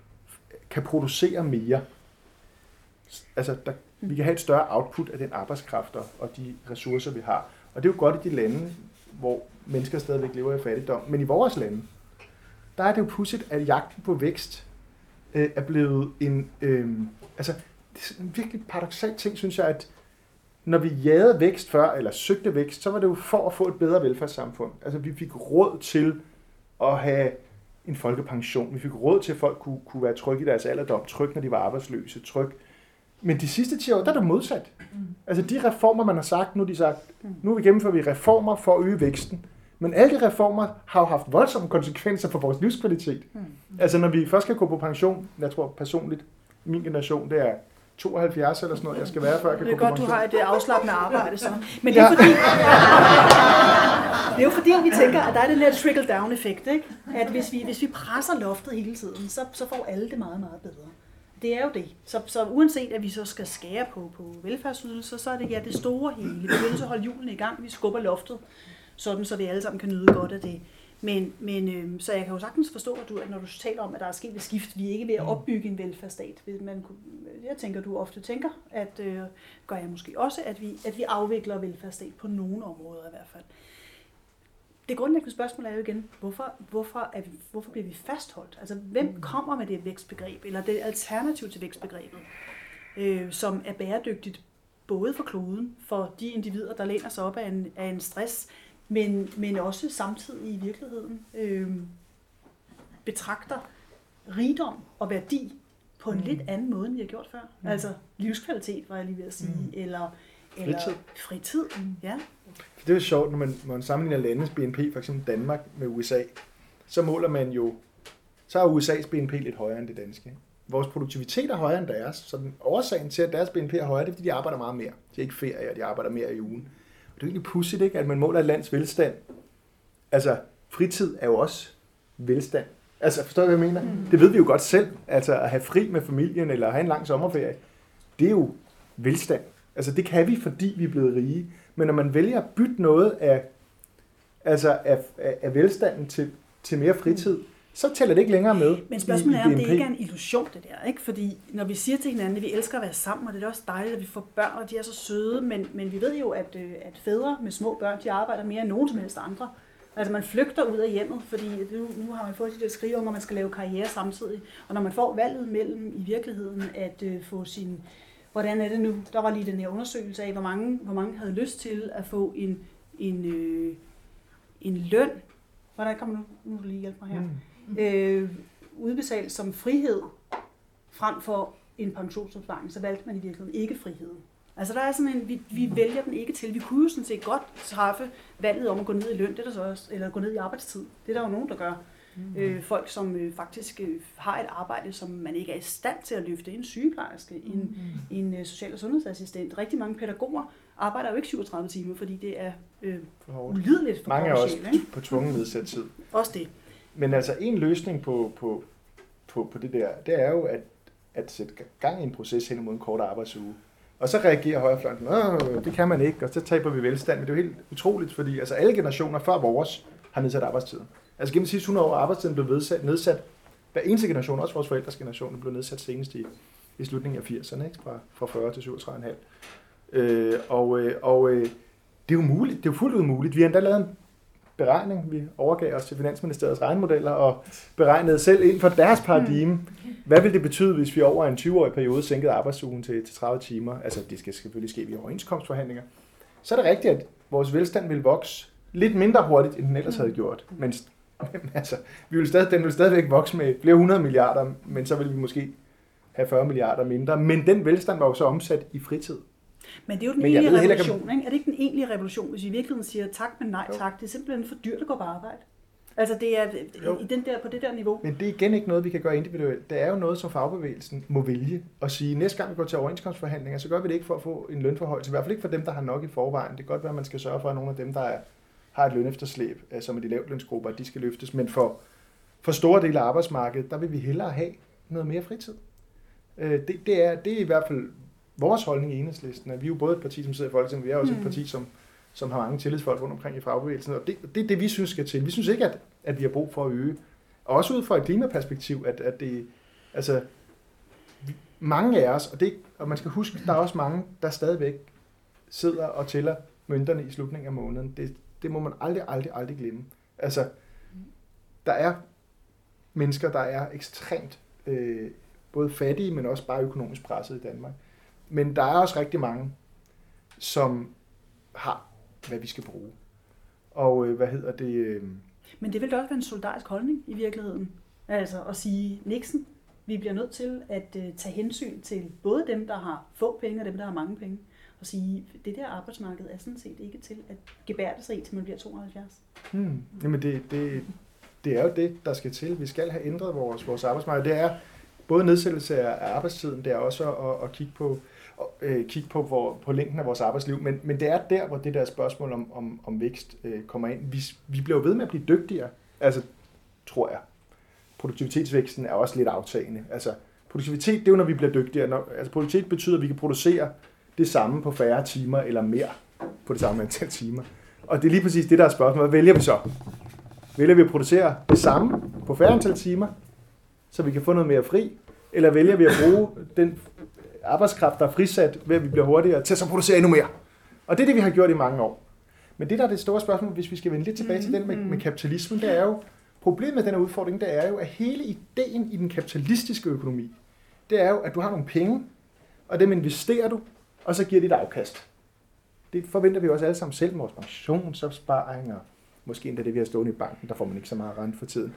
kan producere mere. Altså, der, vi kan have et større output af den arbejdskraft og de ressourcer, vi har. Og det er jo godt i de lande, hvor mennesker stadigvæk lever i fattigdom. Men i vores lande, der er det jo pudsigt, at jagten på vækst øh, er blevet en... Øh, altså, det er en virkelig paradoksal ting, synes jeg, at når vi jagede vækst før, eller søgte vækst, så var det jo for at få et bedre velfærdssamfund. Altså, vi fik råd til at have en folkepension. Vi fik råd til, at folk kunne, kunne være trygge i deres alderdom, trygge, når de var arbejdsløse, trygge. Men de sidste ti år, der er det modsat. Altså de reformer, man har sagt, nu har de sagt, nu vi gennemfører vi reformer for at øge væksten. Men alle de reformer har jo haft voldsomme konsekvenser for vores livskvalitet. Altså når vi først skal gå på pension, jeg tror personligt, min generation, det er tooghalvfjerds eller sådan noget, jeg skal være, før jeg kan gå på pension. Det er godt, du har et afslappende arbejde så. Men det er, fordi, det er jo fordi, vi tænker, at der er den her trickle-down-effekt, ikke? At hvis vi, hvis vi presser loftet hele tiden, så, så får alle det meget, meget bedre. Det er jo det. Så, så uanset at vi så skal skære på, på velfærdsydelser, så er det ja, det store hele. Vi vil så holde hjulene i gang, vi skubber loftet, sådan så vi alle sammen kan nyde godt af det. Men, men øh, så jeg kan jo sagtens forstå, at, du, at når du taler om, at der er sket et skift, vi er ikke ved at opbygge en velfærdsstat. Man, jeg tænker, du ofte tænker, at øh, gør jeg måske også, at vi, at vi afvikler velfærdsstat på nogle områder i hvert fald. Det grundlæggende spørgsmål er jo igen, hvorfor, hvorfor, er vi, hvorfor bliver vi fastholdt? Altså, hvem kommer med det vækstbegreb, eller det alternativ til vækstbegrebet, øh, som er bæredygtigt både for kloden, for de individer, der læner sig op af en, af en stress, men, men også samtidig i virkeligheden øh, betragter rigdom og værdi på en mm. lidt anden måde, end vi har gjort før. Mm. Altså livskvalitet, var jeg lige ved at sige, mm. eller, eller fritid. fritid. Mm. Ja. Det er jo sjovt, når man, når man sammenligner landenes B N P, for eksempel Danmark med U S A, så måler man jo, så er U S A's B N P lidt højere end det danske. Vores produktivitet er højere end deres, så den årsagen til, at deres B N P er højere, det er, fordi de arbejder meget mere. De er ikke ferie, og de arbejder mere i ugen. Og det er egentlig pudsigt, ikke, at man måler et lands velstand. Altså, fritid er jo også velstand. Altså, forstår du, hvad jeg mener? Mm. Det ved vi jo godt selv. Altså, at have fri med familien, eller have en lang sommerferie, det er jo velstand. Altså, det kan vi, fordi vi er blevet rige. Men når man vælger at bytte noget af, altså af, af, af velstanden til, til mere fritid, mm. så tæller det ikke længere med. Men spørgsmålet er, om det ikke er en illusion, det der, ikke? Fordi når vi siger til hinanden, at vi elsker at være sammen, og det er også dejligt, at vi får børn, og de er så søde, men, men vi ved jo, at, at fædre med små børn, de arbejder mere end nogen som helst andre. Altså man flygter ud af hjemmet, fordi nu, nu har man fået de der skrive om, at man skal lave karriere samtidig. Og når man får valget mellem i virkeligheden at øh, få sin... Hvordan er det nu? Der var lige den her undersøgelse af, hvor mange, hvor mange havde lyst til at få en, en, øh, en løn. Hvordan kommer nu? Nu må du lige hjælpe mig her. Mm. Øh, udbetalt som frihed frem for en pensionsopsparing, så valgte man i virkeligheden ikke friheden. Altså der er sådan en, vi, vi vælger den ikke til. Vi kunne jo sådan set godt træffe valget om at gå ned i løn, det er der så også, eller gå ned i arbejdstid. Det er der jo nogen, der gør. Mm. Øh, folk, som øh, faktisk øh, har et arbejde, som man ikke er i stand til at løfte. En sygeplejerske, mm. en, en øh, social- og sundhedsassistent. Rigtig mange pædagoger arbejder jo ikke syvogtredive timer, fordi det er øh, ulideligt for mange er også ikke? på tvungen nedsat tid. Også det. Men altså en løsning på, på, på, på det der, det er jo at, at sætte gang i en proces hen imod en kort arbejdsuge. Og så reagerer højrefløjen, åh, det kan man ikke, og så taber vi velstand. Men det er jo helt utroligt, fordi altså, alle generationer før vores har nedsat arbejdstiden. Altså gennem de sidste hundrede år er arbejdstiden blevet nedsat, nedsat. Hver eneste generation, også vores forældres generation, blev nedsat senest i, i slutningen af firserne, ikke? Fra, fra fyrre til syvogtredive komma fem. Øh, og øh, og øh, det er jo muligt, det er jo fuldt ud muligt. Vi har endda lavet en beregning, vi overgav os til Finansministeriets regnemodeller og beregnede selv inden for deres paradigme, hvad vil det betyde, hvis vi over en tyve-årig periode sænkede arbejdsugen til, til tredive timer? Altså, det skal selvfølgelig ske i overenskomstforhandlinger. Så er det rigtigt, at vores velstand vil vokse lidt mindre hurtigt, end den ellers havde gjort. Men altså, vi vil stadig, den vil stadigvæk vokse med flere hundrede milliarder, men så vil vi måske have fyrre milliarder mindre. Men den velstand var jo så omsat i fritid. Men det er jo den egentlige revolution, ikke? Er det ikke den egentlige revolution, hvis vi i virkeligheden siger tak, men nej tak? Det er simpelthen for dyrt at gå på arbejde. Altså det er i den der, på det der niveau. Men det er igen ikke noget, vi kan gøre individuelt. Det er jo noget, som fagbevægelsen må vælge og sige, næste gang vi går til overenskomstforhandlinger, så gør vi det ikke for at få en lønforhøjelse. I hvert fald ikke for dem, der har nok i forvejen. Det kan godt være, at man skal sørge for, at nogle af dem, der er, har et lønefterslæb, som er de lavtlønsgrupper, de skal løftes. Men for, for store dele af arbejdsmarkedet, der vil vi hellere have noget mere fritid. Det, det, er, det er i hvert fald vores holdning i Enhedslisten. Vi er jo både et parti, som sidder i Folketinget, men vi er også mm. et parti, som som har mange tillidsfolk rundt omkring i fagbevægelsen, og det, det er det, vi synes skal til. Vi synes ikke, at, at vi har brug for at øge. Og også ud fra et klimaperspektiv, at, at det, altså, mange af os, og, det, og man skal huske, der er også mange, der stadigvæk sidder og tæller mønterne i slutningen af måneden. Det, det må man aldrig, aldrig, aldrig glemme. Altså, der er mennesker, der er ekstremt øh, både fattige, men også bare økonomisk presset i Danmark. Men der er også rigtig mange, som har hvad vi skal bruge. Og øh, hvad hedder det? Øh... Men det vil da også være en solidarisk holdning i virkeligheden. Altså at sige, Nixon, vi bliver nødt til at øh, tage hensyn til både dem, der har få penge, og dem, der har mange penge. Og sige, det der arbejdsmarked er sådan set ikke til at gebærde sig i, til man bliver tooghalvfjerds. Hmm. Jamen det, det, det er jo det, der skal til. Vi skal have ændret vores, vores arbejdsmarked. Det er både nedsættelse af arbejdstiden, det er også at, at kigge på Øh, kigge på, hvor, på længden af vores arbejdsliv, men, men det er der, hvor det der spørgsmål om, om, om vækst øh, kommer ind. Vi, vi bliver jo ved med at blive dygtigere, altså, tror jeg. Produktivitetsvæksten er også lidt aftagende. Altså, produktivitet, det er jo, når vi bliver dygtigere. Når, altså, produktivitet betyder, at vi kan producere det samme på færre timer, eller mere på det samme antal timer. Og det er lige præcis det, der er spørgsmålet. Hvad vælger vi så? Vælger vi at producere det samme på færre antal timer, så vi kan få noget mere fri, eller vælger vi at bruge den arbejdskraft, der er frisat ved, at vi bliver hurtigere, til at så producere endnu mere. Og det er det, vi har gjort i mange år. Men det, der er det store spørgsmål, hvis vi skal vende lidt tilbage mm-hmm. til den med, med kapitalismen, det er jo, problemet med den her udfordring, det er jo, at hele ideen i den kapitalistiske økonomi, det er jo, at du har nogle penge, og dem investerer du, og så giver det et afkast. Det forventer vi også alle sammen selv med vores pensionsopsparing, og måske endda det, vi har stående i banken, der får man ikke så meget rente for tiden.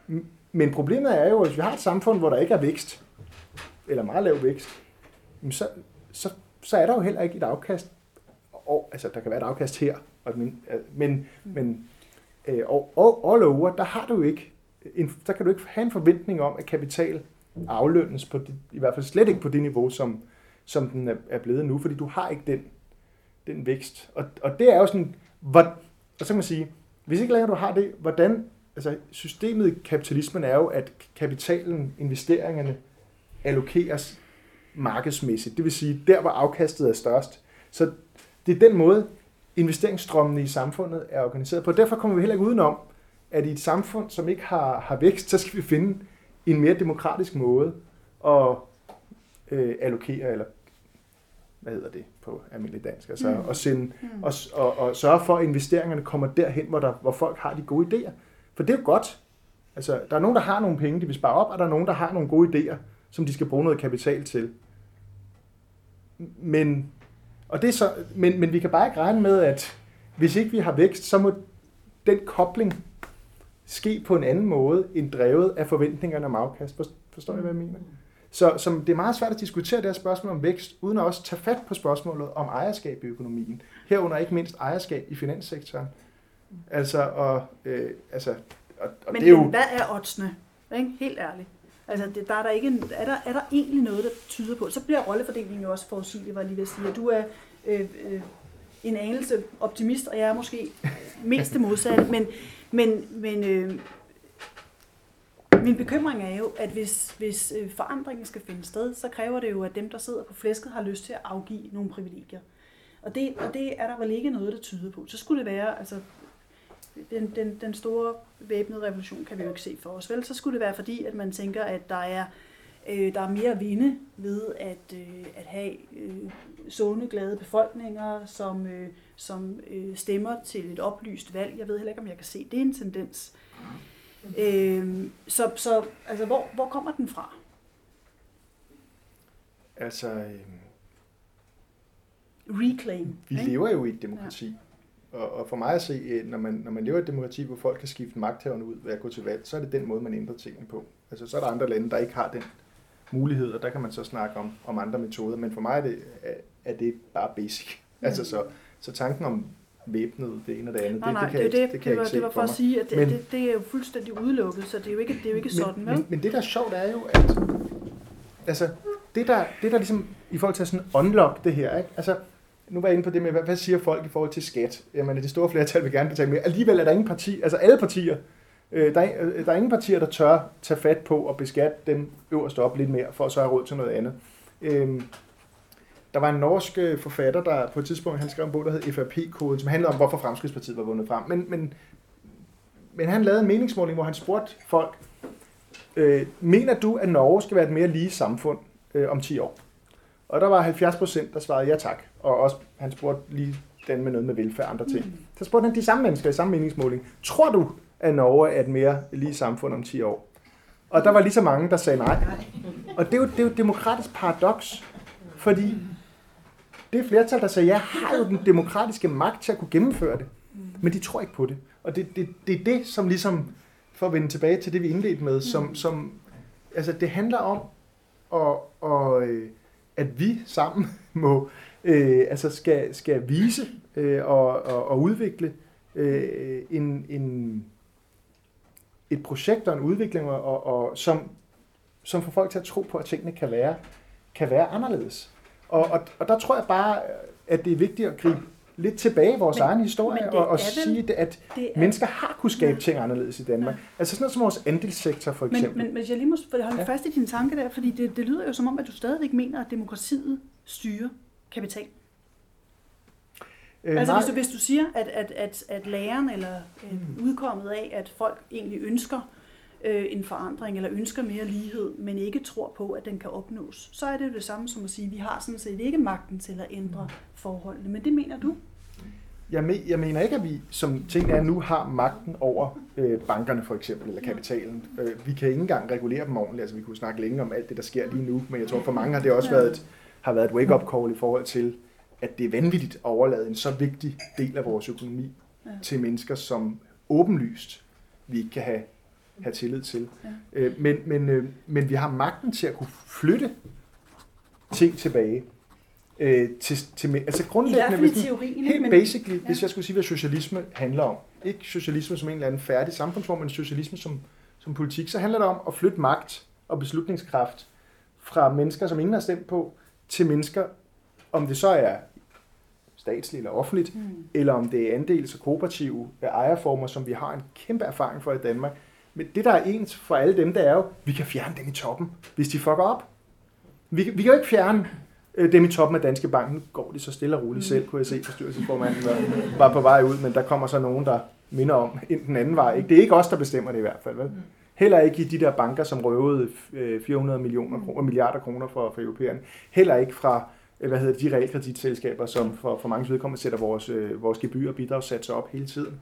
Men problemet er jo, at hvis vi har et samfund, hvor der ikke er vækst, eller meget lav vækst, Så, så, så er der jo heller ikke et afkast. Og, altså, der kan være et afkast her, men, men, men øh, og, og all over, der har du ikke en, der kan du ikke have en forventning om, at kapital aflønnes på det, i hvert fald slet ikke på det niveau, som, som den er, er blevet nu, fordi du har ikke den, den vækst. Og, og det er jo sådan, hvor, og så kan man sige, hvis ikke længere du har det, hvordan, altså systemet i kapitalismen er jo, at kapitalen, investeringerne, allokeres markedsmæssigt. Det vil sige, der hvor afkastet er størst. Så det er den måde, investeringsstrømmene i samfundet er organiseret på. Derfor kommer vi heller ikke udenom, at i et samfund, som ikke har, har vækst, så skal vi finde en mere demokratisk måde at øh, allokere, eller hvad hedder det på almindelig dansk, altså mm. at sende, mm. og, og, og sørge for, at investeringerne kommer derhen, hvor, der, hvor folk har de gode idéer. For det er jo godt. Altså, der er nogen, der har nogle penge, de vil spare op, og der er nogen, der har nogle gode idéer, som de skal bruge noget kapital til. Men, og det er så, men, men vi kan bare ikke regne med, at hvis ikke vi har vækst, så må den kobling ske på en anden måde, end drevet af forventningerne om afkast. Forstår I, hvad jeg mener? Så, så det er meget svært at diskutere det her spørgsmål om vækst, uden at også tage fat på spørgsmålet om ejerskab i økonomien. Herunder ikke mindst ejerskab i finanssektoren. Altså, og, øh, altså og, og men, det er jo... men hvad er oddsene? Ikke? Helt ærligt. Altså, det, der er, der ikke en, er, der, er der egentlig noget, der tyder på? Så bliver rollefordelingen jo også forudsigelig, var jeg lige ved at sige. At du er øh, øh, en anelse optimist, og jeg er måske mest det modsatte. Men, men, men øh, min bekymring er jo, at hvis, hvis øh, forandringen skal finde sted, så kræver det jo, at dem, der sidder på flæsket, har lyst til at afgive nogle privilegier. Og det, og det er der vel ikke noget, der tyder på. Så skulle det være, altså, den, den, den store væbnede revolution kan vi jo ikke se for os. Vel, så skulle det være fordi, at man tænker, at der er, øh, der er mere at vinde ved at, øh, at have øh, sunde, glade befolkninger, som, øh, som øh, stemmer til et oplyst valg. Jeg ved heller ikke, om jeg kan se, det er en tendens. Øh, så så altså, hvor, hvor kommer den fra? Altså... Øh... Reclaim. Vi ikke? lever jo i et demokrati. Ja. Og, og for mig at se, når man, når man lever i et demokrati, hvor folk kan skifte magthaverne ud ved at gå til valg, så er det den måde, man ændrer tingene på. Altså, så er der andre lande, der ikke har den mulighed, og der kan man så snakke om, om andre metoder. Men for mig er det, er det bare basic. Mm. Altså, så, så tanken om væbnet, det ene og det andet, nej, nej, det, det kan det, jeg, det, det kan det, jeg ikke se det var for at sige, at det, men, det, det er jo fuldstændig udelukket, så det er jo ikke, det er jo ikke men, sådan, vel? Men, men det, der er sjovt, er jo, at altså, det, der, det der ligesom, i forhold til at sådan unlock det her, ikke? Altså, nu var jeg inde på det med, hvad, hvad siger folk i forhold til skat? Jamen, det store flertal vil gerne betale mere. Alligevel er der ingen parti, altså alle partier, øh, der, er, øh, der er ingen partier, der tør tage fat på og beskatte dem øverst op lidt mere, for at så have råd til noget andet. Øh, der var en norsk forfatter, der på et tidspunkt, han skrev en bog, der hed F R P-koden, som handlede om, hvorfor Fremskridtspartiet var vundet frem. Men, men, men han lavede en meningsmåling, hvor han spurgte folk, øh, mener du, at Norge skal være et mere lige samfund øh, om ti år? Og der var halvfjerds procent, der svarede ja tak. Og også, han spurgte lige den med noget med velfærd og andre ting. Mm. Så spurgte han de samme mennesker i samme meningsmåling. Tror du, at Norge er et mere lige samfund om ti år? Og der var lige så mange, der sagde nej. Og det er jo, det er jo et demokratisk paradoks. Fordi det flertal, der sagde ja, har jo den demokratiske magt til at kunne gennemføre det. Men de tror ikke på det. Og det, det, det er det, som ligesom, for at vende tilbage til det, vi indledte med, som, som altså det handler om at, at, at vi sammen må, øh, altså skal, skal vise øh, og, og, og udvikle øh, en, en, et projekt og en udvikling, og, og, som, som får folk til at tro på, at tingene kan være, kan være anderledes. Og, og, og der tror jeg bare, at det er vigtigt at gribe lidt tilbage i vores men, egen historie og, og sige, at er, mennesker har kunnet skabe ja. ting anderledes i Danmark. Ja. Altså sådan noget som vores andelssektor for eksempel. Men, men hvis jeg lige må holde ja. fast i dine tanker der, fordi det, det lyder jo som om, at du stadigvæk mener, at demokratiet styrer kapital. Øh, altså hvis du, hvis du siger, at, at, at, at læreren eller mm. udkommet af, at folk egentlig ønsker øh, en forandring eller ønsker mere lighed, men ikke tror på, at den kan opnås, så er det jo det samme som at sige, at vi har sådan set ikke magten til at ændre forholdene. Men det mener du? Jeg, me, jeg mener ikke, at vi som ting er nu har magten over øh, bankerne for eksempel, eller kapitalen. Øh, vi kan ikke engang regulere dem ordentligt. Altså vi kunne snakke længe om alt det, der sker lige nu, men jeg tror for mange har det også været et, har været et wake-up call i forhold til, at det er vanvittigt at overlade en så vigtig del af vores økonomi ja. til mennesker, som åbenlyst vi ikke kan have, have tillid til. Ja. Øh, men, men, øh, men vi har magten til at kunne flytte ting tilbage. Øh, til, til, altså grundlæggende, hvis, teorien, helt men, basically, ja. hvis jeg skulle sige, hvad socialisme handler om, ikke socialisme som en eller anden færdig samfundsform, men socialisme som, som politik, så handler det om at flytte magt og beslutningskraft fra mennesker, som ingen har stemt på, til mennesker, om det så er statsligt eller offentligt, mm. eller om det er andels- og kooperative ejerformer, som vi har en kæmpe erfaring for i Danmark. Men det, der er ens for alle dem, det er jo, vi kan fjerne dem i toppen, hvis de fucker op. Vi, vi kan jo ikke fjerne dem i toppen af Danske Bank. Nu går de så stille og roligt mm. selv, kunne jeg se, bestyrelsesformanden var, var på vej ud, men der kommer så nogen, der minder om ind den anden vej. Ikke? Det er ikke os, der bestemmer det i hvert fald. Vel? Mm. Heller ikke i de der banker, som røvede fire hundrede millioner kroner, milliarder kroner for, for europæerne. Heller ikke fra hvad hedder de realkreditselskaber, som for, for mange vedkommende sætter vores, øh, vores gebyr og bidragssatser op hele tiden.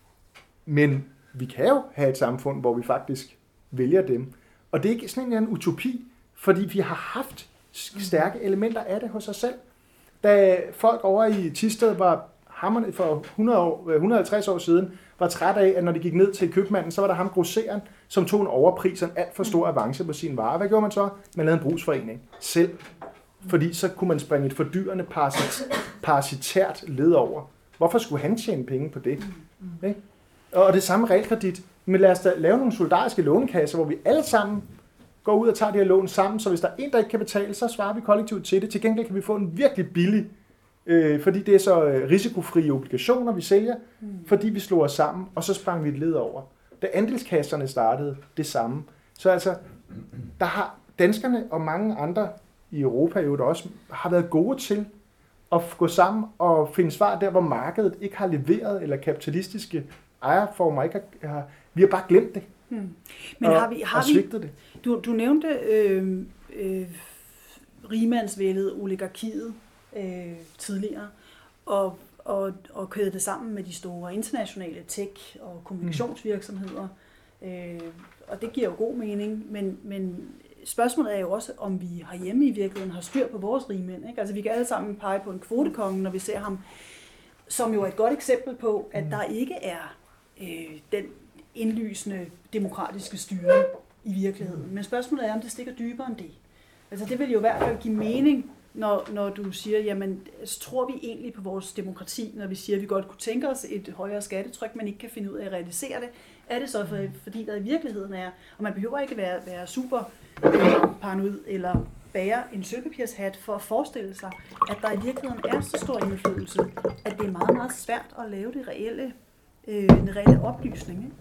Men vi kan jo have et samfund, hvor vi faktisk vælger dem. Og det er ikke sådan en utopi, fordi vi har haft stærke elementer af det hos os selv. Da folk over i Thisted var hammerne for hundrede år, et hundrede og halvtreds år siden, var træt af, at når de gik ned til købmanden, så var der ham grosseren, som tog en overpris og en alt for stor avance på sine varer. Hvad gjorde man så? Man lavede en brugsforening selv. Fordi så kunne man springe et fordyrende parasitært led over. Hvorfor skulle han tjene penge på det? Ikke? Og det samme realkredit. Men lad os da lave nogle solidariske lånekasser, hvor vi alle sammen går ud og tager de her lån sammen, så hvis der er en, der ikke kan betale, så svarer vi kollektivt til det. Til gengæld kan vi få en virkelig billig, øh, fordi det er så øh, risikofrie obligationer, vi sælger, mm. fordi vi slår os sammen, og så sprang vi et led over. Da andelskasserne startede, det samme. Så altså, der har danskerne og mange andre i Europa jo også har været gode til at gå sammen og finde svar der, hvor markedet ikke har leveret, eller kapitalistiske ejerformer ikke har, har vi har bare glemt det. Hmm. Men og, har vi, har og svigtet vi, det. Du, du nævnte øh, øh, rigmandsvældet, oligarkiet øh, tidligere, og, og, og kørte det sammen med de store internationale tech- og kommunikationsvirksomheder. Mm. Øh, og det giver jo god mening, men, men spørgsmålet er jo også, om vi herhjemme i virkeligheden har styr på vores rigmænd. Ikke? Altså vi kan alle sammen pege på en kvotekonge, når vi ser ham, som jo er et godt eksempel på, at der ikke er øh, den indlysende demokratiske styring i virkeligheden. Men spørgsmålet er, om det stikker dybere end det. Altså det vil jo i hvert fald give mening, når, når du siger, jamen tror vi egentlig på vores demokrati, når vi siger, at vi godt kunne tænke os et højere skattetryk, men ikke kan finde ud af at realisere det. Er det så for, fordi der i virkeligheden er, og man behøver ikke være, være super paranoid eller bære en sølvpapirshat for at forestille sig, at der i virkeligheden er så stor indflydelse, at det er meget, meget svært at lave det reelle, øh, den reelle oplysning. Ikke?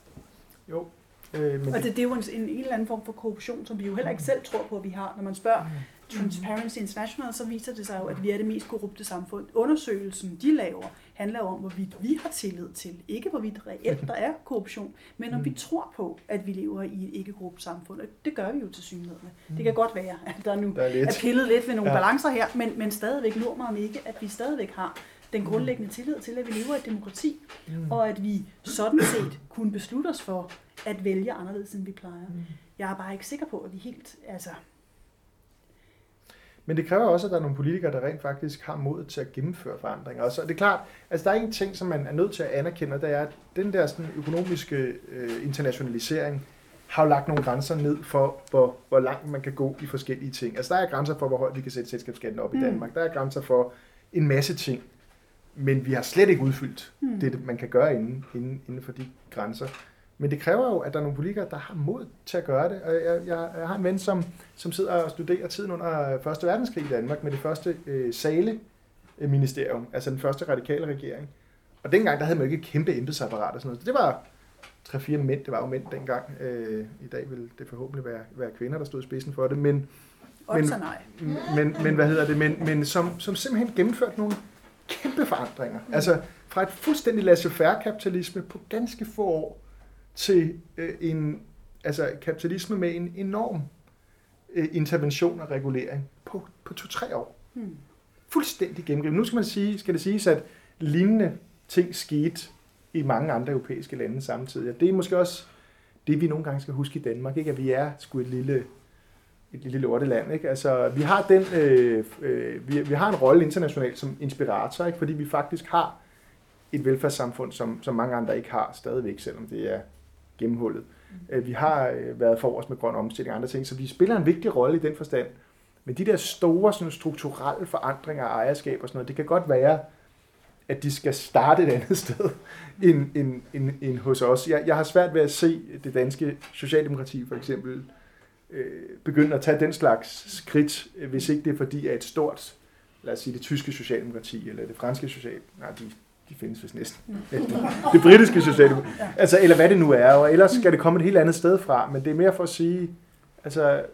Jo. Øh, men og det, det er jo en, en, en eller anden form for korruption, som vi jo heller ikke selv tror på, at vi har. Når man spørger Transparency International, så viser det sig jo, at vi er det mest korrupte samfund. Undersøgelsen, de laver, handler jo om, hvorvidt vi har tillid til. Ikke hvorvidt reelt der er korruption, men om vi tror på, at vi lever i et ikke-korrupt samfund. Og det gør vi jo til synligheden. Det kan godt være, at der nu der er, er pillet lidt ved nogle ja. balancer her, men, men stadigvæk lurer mig om ikke, at vi stadigvæk har den grundlæggende tillid til, at vi lever i et demokrati, mm. og at vi sådan set kunne beslutte os for at vælge anderledes, end vi plejer. Mm. Jeg er bare ikke sikker på, at vi helt... altså. Men det kræver også, at der er nogle politikere, der rent faktisk har mod til at gennemføre forandringer. Og så det er klart, altså der er en ting, som man er nødt til at anerkende, og det er, at den der sådan, økonomiske øh, internationalisering har jo lagt nogle grænser ned for, hvor, hvor langt man kan gå i forskellige ting. Altså der er grænser for, hvor højt vi kan sætte selskabsskatten op mm. i Danmark. Der er grænser for en masse ting. Men vi har slet ikke udfyldt mm. det, man kan gøre inden, inden, inden for de grænser. Men det kræver jo, at der er nogle politikere, der har mod til at gøre det. Og jeg, jeg, jeg har en ven, som, som sidder og studerer tiden under første verdenskrig i Danmark med det første øh, Zahle-ministerium, altså den første radikale regering. Og dengang, der havde man jo ikke et kæmpe embedsapparat og sådan noget. Så det var tre-fire mænd, det var jo mænd dengang. Øh, I dag vil det forhåbentlig være, være kvinder, der stod i spidsen for det. Men, men, men, men hvad hedder det? Men, men som, som simpelthen gennemførte nogle kæmpe forandringer. Mm. Altså fra et fuldstændig laissez-faire kapitalisme på ganske få år til øh, en altså kapitalisme med en enorm øh, intervention og regulering på, på to-tre år. Mm. Fuldstændig gennemgribende. Nu skal man sige, skal det siges, at lignende ting skete i mange andre europæiske lande samtidig. Og det er måske også det, vi nogle gange skal huske i Danmark, ikke? At vi er sgu et lille et lille lorteland, ikke? Altså, vi har den, øh, øh, vi, vi har en rolle internationalt som inspirator, ikke? Fordi vi faktisk har et velfærdssamfund, som, som mange andre ikke har stadigvæk, selvom det er gennemhullet. Mm. Vi har øh, været forrest med grøn omstilling og andre ting, så vi spiller en vigtig rolle i den forstand. Men de der store sådan, strukturelle forandringer af ejerskab og sådan noget, det kan godt være, at de skal starte et andet sted end, end, end, end hos os. Jeg, jeg har svært ved at se det danske socialdemokrati for eksempel begynde at tage den slags skridt, hvis ikke det er fordi, at et stort, lad os sige det tyske socialdemokrati, eller det franske social, nej, de, de findes vist næsten, det, det britiske socialdemokrati, altså, eller hvad det nu er, og ellers skal det komme et helt andet sted fra, men det er mere for at sige, altså,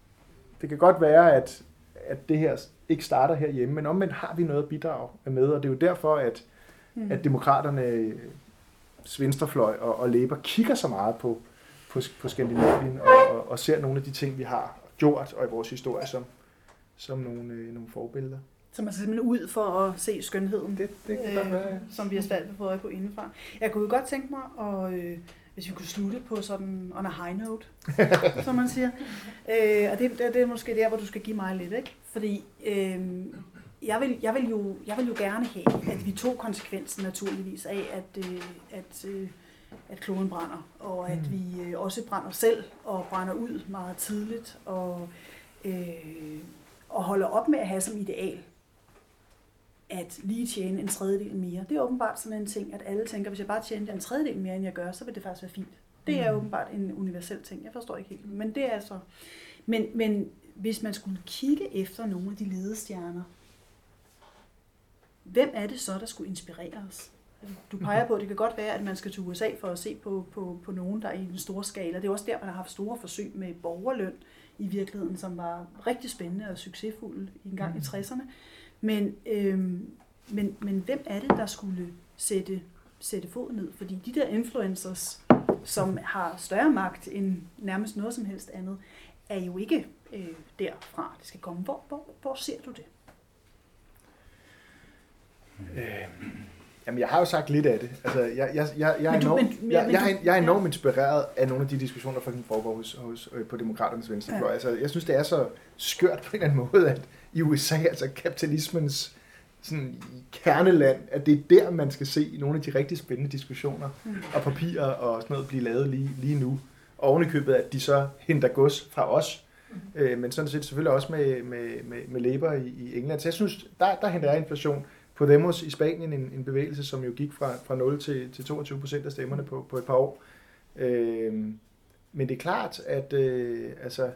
det kan godt være, at, at det her ikke starter herhjemme, men omvendt har vi noget at bidrage med, og det er jo derfor, at, at demokraterne, venstrefløj og, og Labour kigger så meget på På, på Skandinavien, og, og, og ser nogle af de ting, vi har gjort, og i vores historie, som, som nogle, øh, nogle forbilleder. Så man skal simpelthen ud for at se skønheden, det, det kan øh, være, ja. Som vi har svært ved at få øje på indenfra. Jeg kunne jo godt tænke mig, at, øh, hvis vi kunne slutte på sådan on a high note, som man siger. Øh, og det, det, det er måske der, hvor du skal give mig lidt, ikke? Fordi øh, jeg, vil, jeg, vil jo, jeg vil jo gerne have, at vi tog konsekvensen naturligvis af, at, øh, at øh, at kloden brænder, og at vi også brænder selv, og brænder ud meget tidligt, og, øh, og holder op med at have som ideal at lige tjene en tredjedel mere. Det er åbenbart sådan en ting, at alle tænker, hvis jeg bare tjener en tredjedel mere, end jeg gør, så vil det faktisk være fint. Det er åbenbart en universel ting. Jeg forstår ikke helt, men det er så. Men, men hvis man skulle kigge efter nogle af de ledestjerner, hvem er det så, der skulle inspirere os? Du peger på, at det kan godt være, at man skal til U S A for at se på, på, på nogen, der er i en stor skala. Det er også der, man har haft store forsøg med borgerløn i virkeligheden, som var rigtig spændende og succesfulde en gang i tresserne. Men, øhm, men, men hvem er det, der skulle sætte, sætte foden ned? Fordi de der influencers, som har større magt end nærmest noget som helst andet, er jo ikke øh, derfra. Det skal komme. Hvor, hvor, hvor ser du det? Øh, jamen, jeg har jo sagt lidt af det. Altså, jeg, jeg, jeg, jeg, er, enormt, men, men, jeg, jeg, jeg, jeg er enormt inspireret af nogle af de diskussioner, der foregår hos, hos, på Demokraternes venstrefløj. Ja. Altså, jeg synes, det er så skørt på en eller anden måde, at i U S A, altså kapitalismens sådan, kerneland, at det er der, man skal se nogle af de rigtig spændende diskussioner mm. og papirer og sådan noget blive lavet lige, lige nu. Og oven i købet, at de så henter gods fra os, mm. øh, men sådan set selvfølgelig også med, med, med, med Labour i, i England. Så jeg synes, der, der henter jeg inflation. Podemos i Spanien, en, en bevægelse, som jo gik fra, fra nul til, til toogtyve procent af stemmerne på, på et par år. Øh, men det er klart, at øh, altså,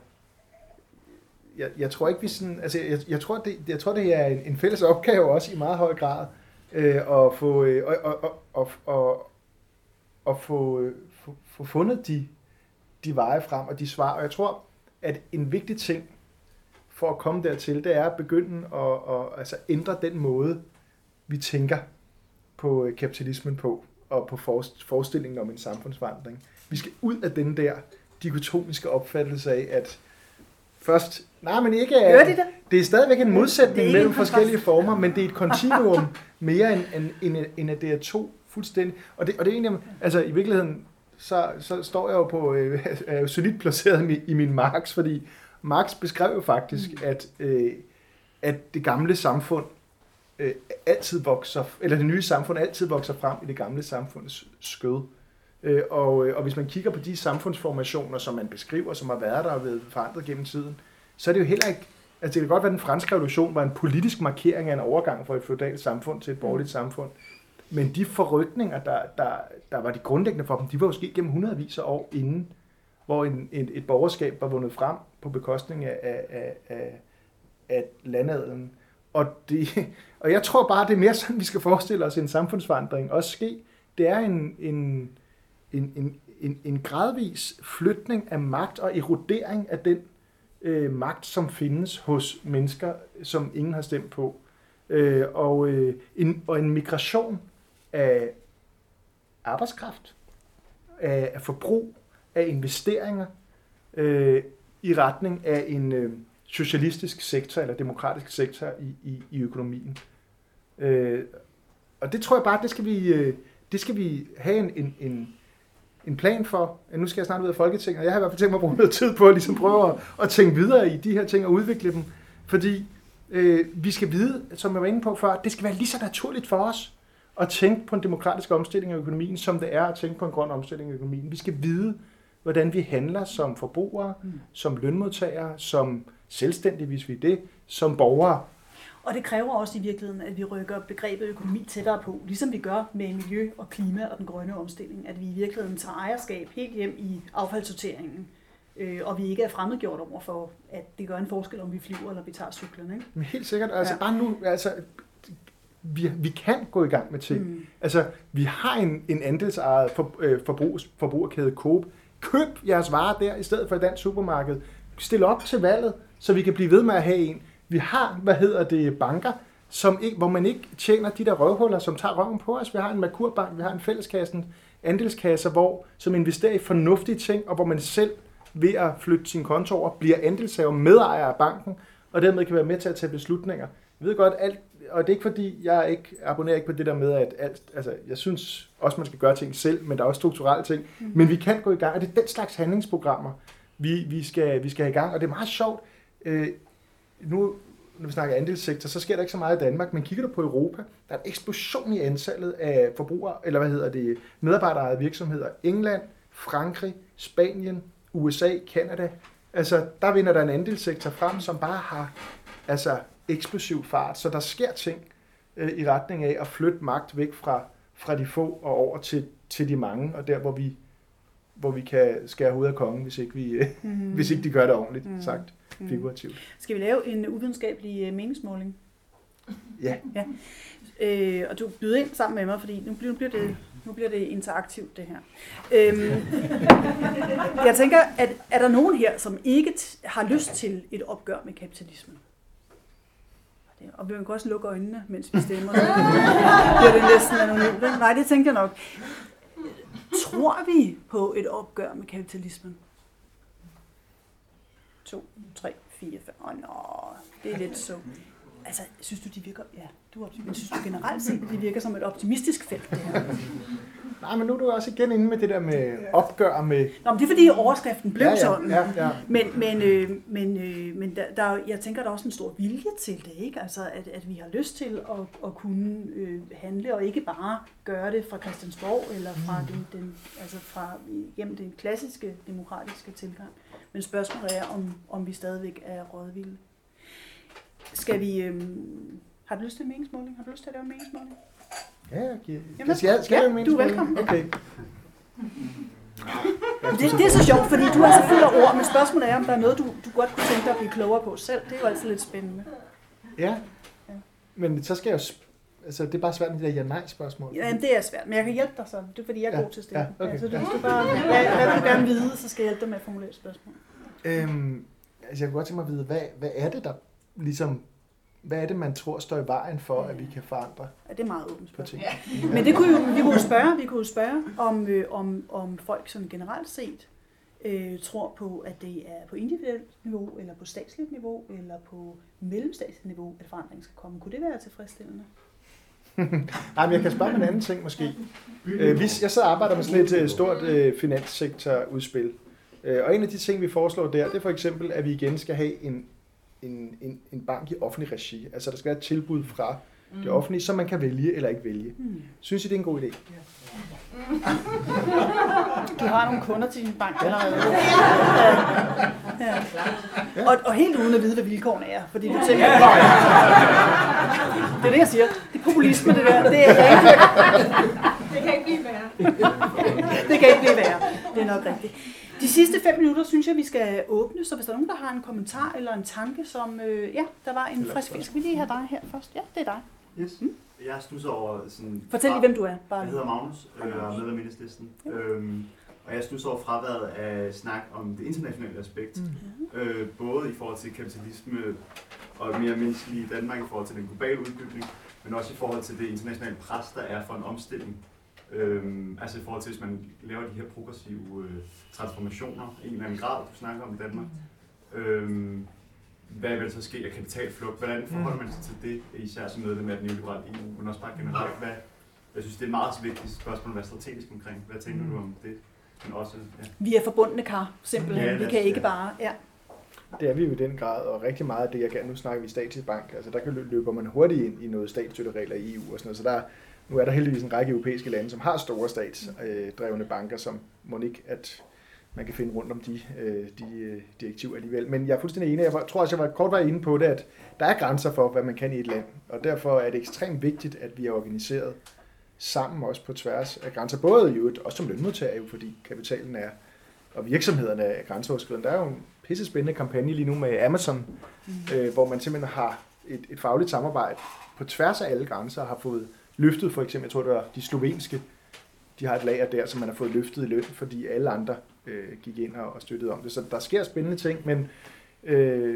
jeg, jeg tror ikke, vi sådan, altså, jeg, jeg, tror, det, jeg tror, det er en, en fælles opgave også i meget høj grad, øh, at få, øh, og, og, og, og, og få, få, få fundet de, de veje frem og de svar. Og jeg tror, at en vigtig ting for at komme dertil, det er at begynde at, at altså ændre den måde, vi tænker på kapitalismen på, og på forestillingen om en samfundsforandring. Vi skal ud af den der dikotomiske opfattelse af, at først, nej, men ikke, Gør de det? Det er stadigvæk en modsætning mellem forskellige former, men det er et kontinuum mere end, end, end, end at det er to fuldstændig. Og det, og det er egentlig, altså i virkeligheden, så, så står jeg jo på, øh, er jo solidt placeret i, i min Marx, fordi Marx beskrev jo faktisk, mm. at, øh, at det gamle samfund øh, altid vokser, eller det nye samfund altid vokser frem i det gamle samfunds skød. Øh, og, og hvis man kigger på de samfundsformationer, som man beskriver, som har været der og været forandret gennem tiden, så er det jo heller ikke, altså det kan godt være, at den franske revolution var en politisk markering af en overgang fra et feudalt samfund til et borgerligt samfund. Men de forrykninger, der, der, der var de grundlæggende for dem, de var jo sket gennem hundredvis af år inden, hvor en, et, et borgerskab var vundet frem på bekostning af, af, af, af landadelen. Og, det, og jeg tror bare, det er mere sådan, vi skal forestille os en samfundsforandring også ske. Det er en, en, en, en, en, en gradvis flytning af magt og erodering af den øh, magt, som findes hos mennesker, som ingen har stemt på. Øh, og, øh, en, og en migration af arbejdskraft, af, af forbrug, af investeringer øh, i retning af en øh, socialistisk sektor eller demokratisk sektor i, i, i økonomien. Øh, og det tror jeg bare, det skal vi, øh, det skal vi have en, en, en, en plan for. Nu skal jeg snart ud af Folketinget, og jeg har i hvert fald tænkt mig at bruge noget tid på at ligesom prøve at, at tænke videre i de her ting og udvikle dem. Fordi øh, vi skal vide, som jeg var inde på før, det skal være lige så naturligt for os at tænke på en demokratisk omstilling af økonomien, som det er at tænke på en grøn omstilling af økonomien. Vi skal vide, hvordan vi handler som forbrugere, mm. som lønmodtagere, som selvstændige, hvis vi er det, som borgere. Og det kræver også i virkeligheden, at vi rykker begrebet økonomi tættere på, ligesom vi gør med miljø og klima og den grønne omstilling, at vi i virkeligheden tager ejerskab helt hjem i affaldssorteringen, øh, og vi ikke er fremmedgjort over for, at det gør en forskel, om vi flyver eller vi tager cyklen. Ikke? Men helt sikkert. Altså ja. bare nu, altså, vi, vi kan gå i gang med ting. Mm. Altså, vi har en, en andelsejet for, øh, forbrugs, forbrugerkæde Coop. Køb jeres varer der, i stedet for et dansk supermarked. Stil op til valget, så vi kan blive ved med at have en. Vi har, hvad hedder det, banker, som ikke, hvor man ikke tjener de der røvhuller, som tager røven på os. Vi har en Merkur-bank, vi har en fælleskassen, andelskasse, hvor, som investerer i fornuftige ting, og hvor man selv ved at flytte sin konto over, bliver andelshaver, medejer af banken, og dermed kan være med til at tage beslutninger. Jeg ved godt, alt, og det er ikke fordi, jeg ikke abonnerer ikke på det der med, at alt, altså, jeg synes også, man skal gøre ting selv, men der er også strukturelle ting. Mm. Men vi kan gå i gang, og det er den slags handlingsprogrammer, vi, vi, skal, vi skal have i gang, og det er meget sjovt. Øh, nu, når vi snakker andelssektor, så sker der ikke så meget i Danmark, men kigger du på Europa, der er en eksplosion i antallet af forbrugere, eller hvad hedder det, medarbejderejede virksomheder. England, Frankrig, Spanien, U S A, Canada. Altså, der vinder der en andelssektor frem, som bare har altså, eksplosiv fart, så der sker ting. øh, i retning af at flytte magt væk fra, fra de få og over til, til de mange, og der hvor vi, hvor vi kan skære hovedet af kongen, hvis ikke, vi, øh, mm. hvis ikke de gør det ordentligt, mm. sagt figurativt. Skal vi lave en uvidenskabelig meningsmåling? Ja. ja. Øh, og du byder ind sammen med mig, fordi nu bliver, nu bliver, det, nu bliver det interaktivt, det her. Øhm, jeg tænker, at er der nogen her, som ikke t- har lyst til et opgør med kapitalismen? Og vi kan også lukke øjnene, mens vi stemmer. Så bliver det næsten anonymt. Nej, det tænker jeg nok. Tror vi på et opgør med kapitalismen? To, tre, fire, fem. Åh, nå, det er lidt så. Altså, synes du, de virker... Ja, du er optimist. Men synes du generelt set, at de virker som et optimistisk felt, det her? Nej, men nu er du også igen inde med det der med opgør med... Nå, men det er fordi overskriften blev ja, ja, sådan. Ja, ja. Men, men, øh, men, øh, men der, der, jeg tænker, der er også en stor vilje til det, ikke? Altså, at, at vi har lyst til at, at kunne øh, handle, og ikke bare gøre det fra Christiansborg, eller fra, den, den, altså fra igennem den klassiske demokratiske tilgang. Men spørgsmålet er, om, om vi stadigvæk er rådvilde. Skal vi... Øh, har du lyst til en meningsmåling? Har du lyst til at lave en meningsmåling? Ja, jeg giver... Jamen, skal jeg, skal ja, jeg med du er velkommen. Okay. Det, det er så sjovt, fordi du er så fuld af ord, men spørgsmålet er, om der er noget, du, du godt kunne tænke dig at blive klogere på selv. Det er jo altid lidt spændende. Ja, men så skal jeg jo... Altså, det er bare svært med de der ja-nej-spørgsmål. Ja, det er svært, men jeg kan hjælpe dig så. Det er fordi, jeg er ja, god til at stille. Ja, okay, ja, så du ja. skal bare... Hvad, hvad vil du gerne vide, så skal jeg hjælpe dig med at formulere et spørgsmål. Øhm, altså, jeg kunne godt tænke mig at vide, hvad, hvad er det, der ligesom... Hvad er det, man tror står i vejen for, at vi kan forandre? Ja, det er meget åbent spørgsmål. Ja. Men det kunne jo, vi kunne jo spørge, vi kunne jo spørge om, øh, om, om folk sådan generelt set øh, tror på, at det er på individuelt niveau, eller på statsligt niveau, eller på mellemstatsligt niveau, at forandringen skal komme. Kunne det være tilfredsstillende? Nej, men jeg kan spørge med en anden ting måske. Øh, hvis jeg så arbejder med sådan et uh, stort uh, finanssektorudspil, uh, og en af de ting, vi foreslår der, det er for eksempel, at vi igen skal have en En, en, en bank i offentlig regi. Altså, der skal være et tilbud fra mm. det offentlige, som man kan vælge eller ikke vælge. Mm. Synes I, det er en god idé? Ja. Du har nogle kunder til din bank allerede. Ja. Ja. Ja. Og, og helt uden at vide, hvad vilkårene er. Fordi du tænker... Ja. Det er det, jeg siger. Det er populisme, det der. Det, er det kan ikke blive værre. Det kan ikke blive værre. Det er nok rigtigt. De sidste fem minutter synes jeg, vi skal åbne, så hvis der er nogen, der har en kommentar eller en tanke, som... Øh, ja, der var en frisk fisk. Skal vi lige have dig her først? Ja, det er dig. Yes. Mm? Jeg stusser over sådan... Fortæl lige, hvem du er. Bare jeg hedder Magnus, og jeg er medlem af Enhedslisten. Ja. Øhm, og jeg stusser over fraværet af snak om det internationale aspekt. Mm. Øh, både i forhold til kapitalisme og mere menneskelige i Danmark, i forhold til den globale udbygning, men også i forhold til det internationale pres, der er for en omstilling. Øhm, altså i forhold til, hvis man laver de her progressive øh, transformationer i en eller anden grad, du snakker om i Danmark. Øhm, hvad vil så ske af kapitalflugt? Hvordan forholder man sig til det, især som medlem af den neoliberale E U, men også bare generelt? Hvad, jeg synes, det er et meget vigtigt spørgsmål at være strategisk omkring. Hvad tænker du om det? Men også, ja. Vi er forbundne kar, simpelthen. Ja, vi kan ikke ja. bare... Ja. Det er vi jo i den grad, og rigtig meget af det, jeg gerne nu snakker vi statslig bank. Altså der kan løber man hurtigt ind i noget statsstøtteregler i E U og sådan noget, så der nu er der heldigvis en række europæiske lande, som har store statsdrevne banker, som må ikke, at man kan finde rundt om de, de direktiver alligevel. Men jeg er fuldstændig enig. Jeg tror også, jeg var kort var inde på det, at der er grænser for, hvad man kan i et land. Og derfor er det ekstremt vigtigt, at vi er organiseret sammen også på tværs af grænser. Både jo, også som lønmodtager, jo, fordi kapitalen er, og virksomhederne er grænseoverskridende. Der er jo en pisse spændende kampagne lige nu med Amazon, mm. øh, hvor man simpelthen har et, et fagligt samarbejde på tværs af alle grænser, og har fået løftet for eksempel, jeg tror det var de slovenske, de har et lager der, som man har fået løftet i løn, fordi alle andre øh, gik ind og støttede om det. Så der sker spændende ting, men, øh,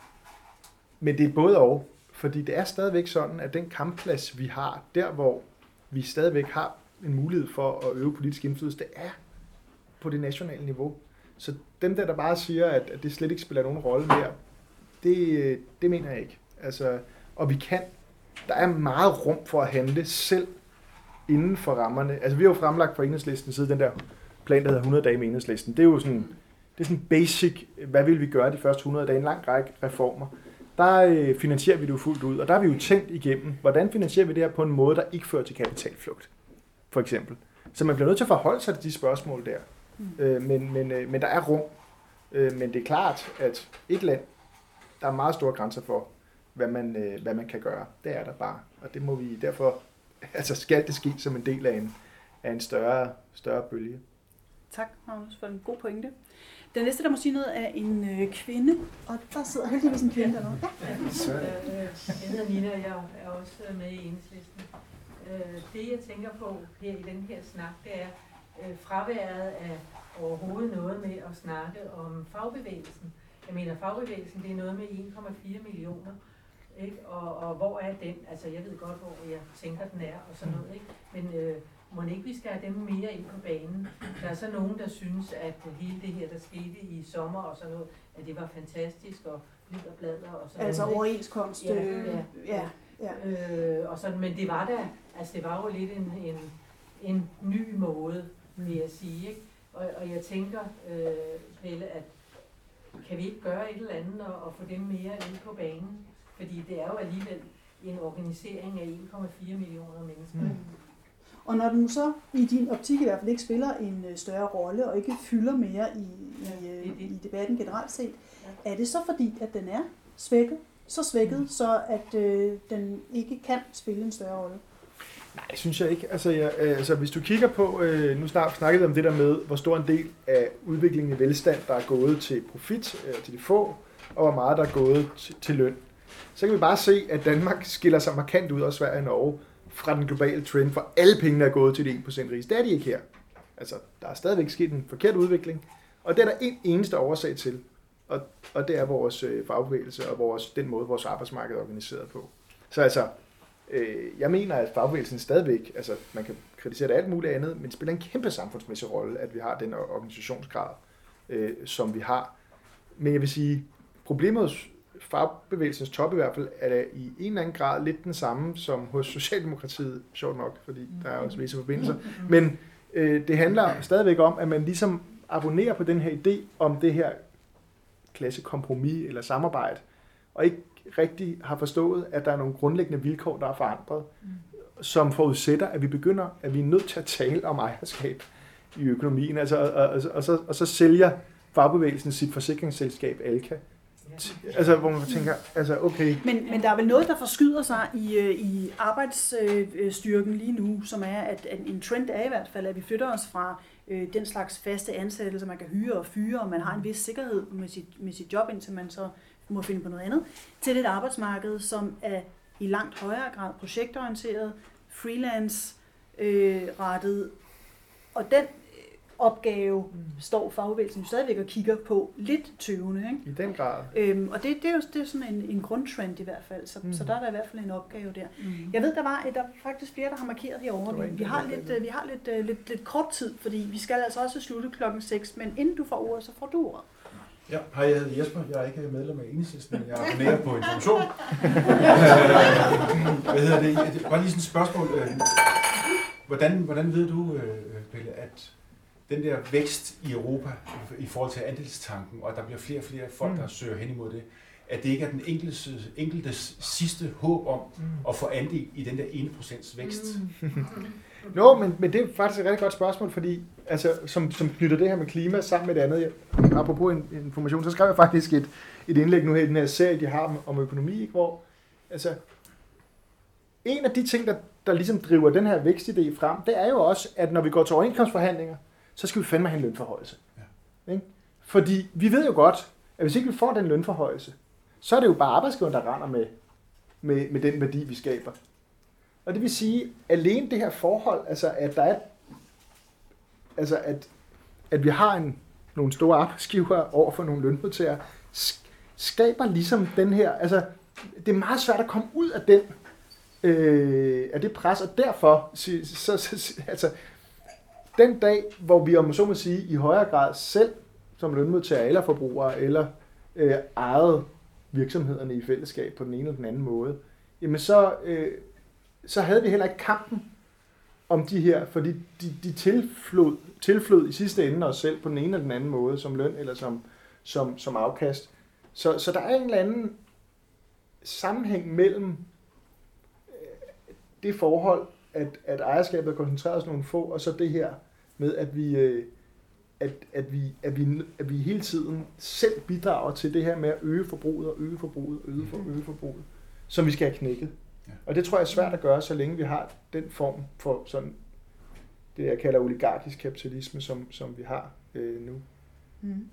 men det er både og, fordi det er stadigvæk sådan, at den kampplads, vi har, der hvor vi stadigvæk har en mulighed for at øve politisk indflydelse, det er på det nationale niveau. Så dem der, der bare siger, at, at det slet ikke spiller nogen rolle mere, det, det mener jeg ikke. Altså, og vi kan, der er meget rum for at handle selv inden for rammerne. Altså vi har jo fremlagt fra Enhedslisten side den der plan, der hedder hundrede dage med Enhedslisten. Det er jo sådan, det er sådan basic, hvad vil vi gøre de første hundrede dage, en lang række reformer. Der øh, finansierer vi det jo fuldt ud, og der har vi jo tænkt igennem, hvordan finansierer vi det her på en måde, der ikke fører til kapitalflugt, for eksempel. Så man bliver nødt til at forholde sig til de spørgsmål der. Mm. Øh, men, men, øh, men der er rum. Øh, men det er klart, at et land, der er meget store grænser for, hvad man, øh, hvad man kan gøre. Det er der bare, og det må vi derfor, altså skal det ske som en del af en, af en større, større bølge. Tak, Magnus, for en god pointe. Den næste, der må sige noget, er en øh, kvinde, og der sidder heldigvis en kvinde dernede. Ja. Jeg hedder Nina, og jeg er også med i Enhedslisten. Det, jeg tænker på her i den her snak, det er fraværet af overhovedet noget med at snakke om fagbevægelsen. Jeg mener, fagbevægelsen, det er noget med en komma fire millioner, ikke? Og, og hvor er den? Altså, jeg ved godt, hvor jeg tænker, den er, og sådan noget, ikke? Men øh, må ikke vi skal have dem mere ind på banen? Der er så nogen, der synes, at hele det her, der skete i sommer og sådan noget, at det var fantastisk, og lidt og blader og sådan altså noget. Altså overenskomst. Ja, øh, ja, ja, ja. Øh, og sådan, men det var da, altså det var jo lidt en, en, en ny måde, vil jeg sige, ikke? Og, og jeg tænker, øh, Pelle, at kan vi ikke gøre et eller andet og, og få dem mere ind på banen? Fordi det er jo alligevel en organisering af en komma fire millioner mennesker. Mm. Og når den så i din optik i hvert fald ikke spiller en større rolle og ikke fylder mere i, i, ja, det det. i debatten generelt set, ja. Er det så fordi, at den er svækket? Så svækket, mm. så at øh, den ikke kan spille en større rolle? Nej, synes jeg ikke. Altså, jeg, altså hvis du kigger på, øh, nu snart snakkede om det der med, hvor stor en del af udviklingen i velstand, der er gået til profit, øh, til de få, og hvor meget der er gået til, til løn. Så kan vi bare se, at Danmark skiller sig markant ud af Sverige og Norge fra den globale trend, for alle pengene er gået til de en procent rigeste. Det er de ikke her. Altså, der er stadigvæk sket en forkert udvikling, og det er der en eneste årsag til, og, og det er vores øh, fagbevægelse og vores, den måde, vores arbejdsmarked er organiseret på. Så altså, øh, jeg mener, at fagbevægelsen stadigvæk, altså man kan kritisere det alt muligt andet, men det spiller en kæmpe samfundsmæssig rolle, at vi har den organisationsgrad, øh, som vi har. Men jeg vil sige, problemet hos fagbevægelsens top i hvert fald, er der i en eller anden grad lidt den samme som hos Socialdemokratiet, sjovt nok, fordi der er også visse forbindelser. Men øh, det handler stadigvæk om, at man ligesom abonnerer på den her idé om det her klassekompromis eller samarbejde, og ikke rigtig har forstået, at der er nogle grundlæggende vilkår, der er forandret, som forudsætter, at vi begynder, at vi er nødt til at tale om ejerskab i økonomien, altså, og, og, og, og, så, og så sælger fagbevægelsen sit forsikringsselskab Alka. Altså, hvor man tænker, altså okay. Men, men der er vel noget, der forskyder sig i, i arbejdsstyrken lige nu, som er, at, at en trend er i hvert fald, at vi flytter os fra øh, den slags faste ansættelser, man kan hyre og fyre, og man har en vis sikkerhed med sit, med sit job, indtil man så må finde på noget andet, til et arbejdsmarked, som er i langt højere grad projektorienteret, freelance-rettet, øh, og den opgave står fagbevægelsen stadigvæk og kigger på lidt tøvende. Ikke? I den grad. Øhm, og det, det er jo det er sådan en, en grundtrend i hvert fald, så, mm. så der er der i hvert fald en opgave der. Mm. Jeg ved, der var der er faktisk flere, der har markeret herovre. Vi, vi har, lidt, vi har lidt, lidt, lidt, lidt kort tid, fordi vi skal altså også slutte klokken seks, men inden du får ordet, så får du ordet. Ja, hej, jeg hedder Jesper. Jeg er ikke medlem af Enhedslisten, men jeg abonnerer på Information. Hvad hedder det? Bare lige sådan et spørgsmål. Hvordan, hvordan ved du, Pelle, at den der vækst i Europa i forhold til andelstanken, og at der bliver flere og flere folk, der søger hen imod det, at det ikke er den enkeltes, enkeltes sidste håb om at få andel i den der ene procents vækst? Nå, men, men det er faktisk et rigtig godt spørgsmål, fordi altså, som, som knytter det her med klima sammen med det andet, jeg, apropos information, så skrev jeg faktisk et, et indlæg nu her i den her serie, de har om, om økonomi, ikke? Hvor altså, en af de ting, der, der ligesom driver den her vækstidé frem, det er jo også, at når vi går til overenskomstforhandlinger, så skal vi fandme have en lønforhøjelse. Ja. Ikke? Fordi vi ved jo godt, at hvis ikke vi får den lønforhøjelse, så er det jo bare arbejdsgiveren, der render med, med, med den værdi, vi skaber. Og det vil sige, alene det her forhold, altså at der er, altså at, at vi har en, nogle store arbejdsgivere over for nogle lønmodtagere, skaber ligesom den her, altså det er meget svært at komme ud af den, øh, af det pres, og derfor, så, så, så, altså den dag, hvor vi, om så må sige, i højere grad selv som lønmodtagere eller forbrugere, eller øh, ejede virksomhederne i fællesskab på den ene eller den anden måde, jamen så, øh, så havde vi heller ikke kampen om de her, fordi de, de tilflød, tilflød i sidste ende os selv på den ene eller den anden måde, som løn eller som, som, som afkast. Så, så der er en eller anden sammenhæng mellem øh, det forhold, at, at ejerskabet er koncentreret nogle få, og så det her med, at vi, øh, at, at, vi, at, vi, at vi hele tiden selv bidrager til det her med at øge forbruget og øge forbruget og øge, for, øge forbruget. som vi skal have knækket. Ja. Og det tror jeg er svært at gøre, så længe vi har den form for sådan, det jeg kalder oligarkisk kapitalisme, som, som vi har øh, nu. Mm.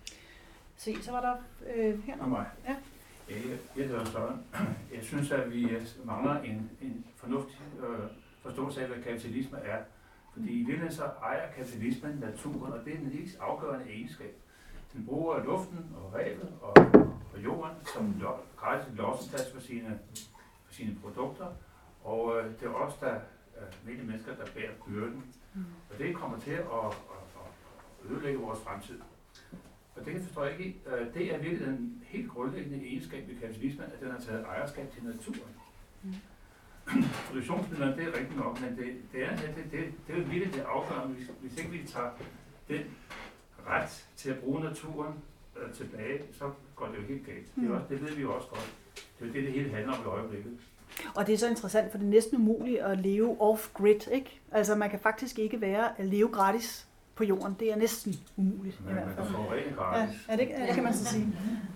Se, så var der øh, her. Og mig. Ja. Jeg, jeg hedder Søren. Jeg synes, at vi mangler en, en fornuftig øh, forståelse af, hvad kapitalisme er. Fordi i virkeligheden så ejer kapitalismen naturen, og det er den helt afgørende egenskab. Den bruger luften og havet og, og jorden som lo, gratis losseplads for sine, for sine produkter. Og øh, det er os, der er øh, mennesker, der bærer byrden. Mm. Og det kommer til at, at, at ødelægge vores fremtid. Og det forstår jeg ikke. Det er virkelig en helt grundlæggende egenskab ved kapitalismen, at den har taget ejerskab til naturen. Mm. Produktionsmidlerne, det er rigtigt nok, men det, det, er, det, det, det er jo virkelig det afgørende. Hvis, hvis ikke vi tager den ret til at bruge naturen øh, tilbage, så går det jo helt galt. Mm. Det, er også, det ved vi jo også godt. Det er jo det, det hele handler om i øjeblikket. Og det er så interessant, for det er næsten umuligt at leve off-grid, ikke? Altså man kan faktisk ikke være at leve gratis på jorden. Det er næsten umuligt. Men man kan forurene gratis. Ja, det, det kan man så sige.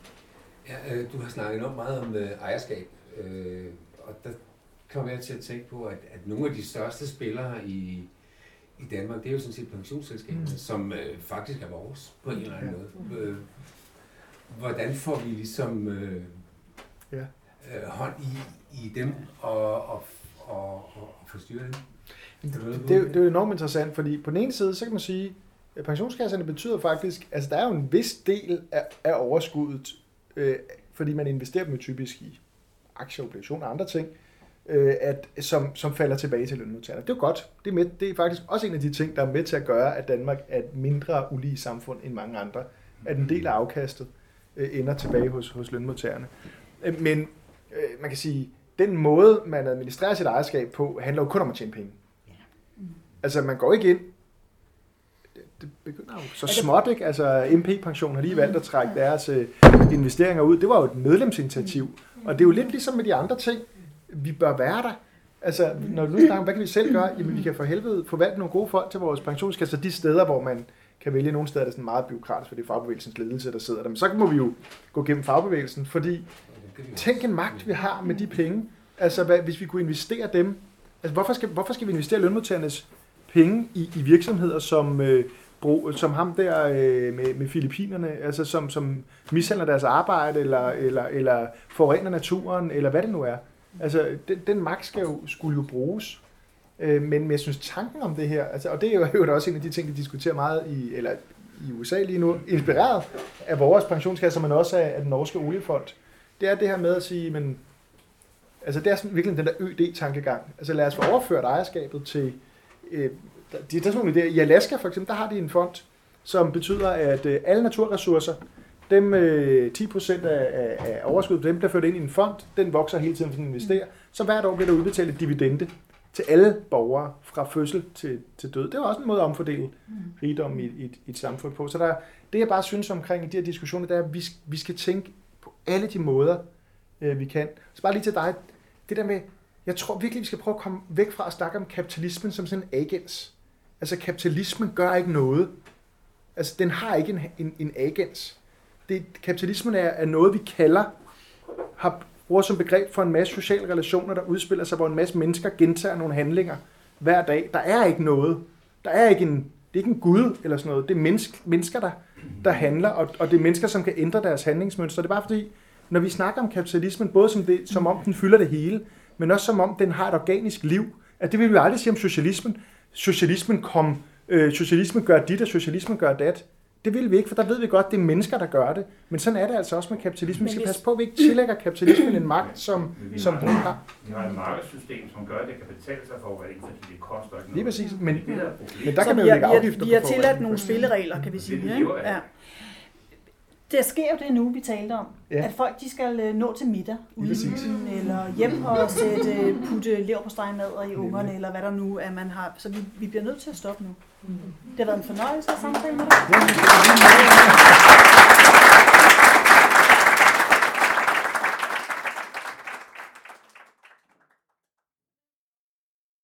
Ja, øh, du har snakket om meget om øh, ejerskab, øh, og der kommer jeg til at tænke på, at, at nogle af de største spillere i, i Danmark, det er jo sådan set pensionsselskaberne, mm. som øh, faktisk er vores på en eller anden måde. Øh, hvordan får vi ligesom øh, ja. øh, hånd i, i dem og, og, og, og forstyrre dem? Det, det, er jo, det er jo enormt interessant, fordi på den ene side, så kan man sige, at pensionskasserne betyder faktisk, altså der er jo en vis del af, af overskuddet, øh, fordi man investerer dem typisk i aktier, obligationer og andre ting, øh, at, som, som falder tilbage til lønmodtagerne. Det er jo godt. Det er, med, det er faktisk også en af de ting, der er med til at gøre, at Danmark er et mindre ulige samfund end mange andre. At en del af afkastet øh, ender tilbage hos, hos lønmodtagerne. Øh, men øh, man kan sige, den måde, man administrerer sit ejerskab på, handler jo kun om at tjene penge. Altså, man går ikke ind. Det, det begynder jo så småt, ikke? Altså, M P-pension har lige valgt at trække deres øh, investeringer ud. Det var jo et medlemsinitiativ. Og det er jo lidt ligesom med de andre ting. Vi bør være der. Altså, når du snakker om, hvad kan vi selv gøre? Jamen, vi kan for helvede forvalte nogle gode folk til vores pensionskasser. De steder, hvor man kan vælge nogle steder, der er sådan meget bureaukratisk, for det er fagbevægelsens ledelse, der sidder der. Men så må vi jo gå gennem fagbevægelsen, fordi tænk en magt, vi har med de penge. Altså, hvad, hvis vi kunne investere dem. Altså, hvorfor skal, hvorfor skal vi investere lønmodtagernes penge i, i virksomheder, som, øh, brug, som ham der øh, med, med Filippinerne, altså som, som mishandler deres arbejde, eller, eller, eller forurener naturen, eller hvad det nu er. Altså, den, den magt skal jo, skulle jo bruges. Øh, men, men jeg synes, tanken om det her, altså, og det er jo, jo også en af de ting, de diskuterer meget i, eller i U S A lige nu, inspireret af vores pensionskasser, men også af, af den norske oliefond, det er det her med at sige, men altså, det er sådan virkelig den der Ø D-tankegang. Altså, lad os få overført ejerskabet til øh, der, der er sådan nogle idéer. I Alaska for eksempel, der har de en fond, som betyder, at øh, alle naturressourcer, dem øh, ti procent af, af, af overskuddet, dem bliver ført ind i en fond, den vokser hele tiden, for den investerer. Så hvert år bliver der udbetalt et dividende til alle borgere fra fødsel til, til død. Det er også en måde at omfordele rigdom i, i, et, i et samfund på. Så der, det jeg bare synes omkring i de her diskussioner, det er, at vi, vi skal tænke på alle de måder, øh, vi kan. Så bare lige til dig, det der med, jeg tror virkelig, vi skal prøve at komme væk fra at snakke om kapitalismen som sådan en agens. Altså kapitalismen gør ikke noget. Altså den har ikke en, en, en agens. Det, kapitalismen er, er noget, vi kalder, har bruger som begreb for en masse sociale relationer, der udspiller sig, hvor en masse mennesker gentager nogle handlinger hver dag. Der er ikke noget. Der er ikke en, det er ikke en gud eller sådan noget. Det er menneske, mennesker, der, der handler, og, og det er mennesker, som kan ændre deres handlingsmønstre. Det er bare fordi, når vi snakker om kapitalismen, både som, det, som om den fylder det hele, men også som om den har et organisk liv, at det vil vi aldrig sige om socialismen. Socialismen kom, øh, socialismen gør dit, og socialismen gør dat. Det vil vi ikke, for der ved vi godt, det er mennesker, der gør det. Men sådan er det altså også med kapitalismen. Vi skal passe på, at vi ikke tillægger kapitalismen en magt, som, som den har. Vi har et markedssystem, som gør, at det kan betale sig for forurening, fordi det koster ikke noget. Lige præcis, men, det der men der kan man jo lægge afgifter på. Vi har tilladt nogle spilleregler, kan vi sige. Det, ikke? Ja. Der sker jo det nu, vi talte om, ja. At folk de skal nå til middag ude, eller hjem og sætte, putte leverpostejmadder i ungerne, eller hvad der nu er, man har. Så vi, vi bliver nødt til at stoppe nu. Det har været en fornøjelse at samtale med dig.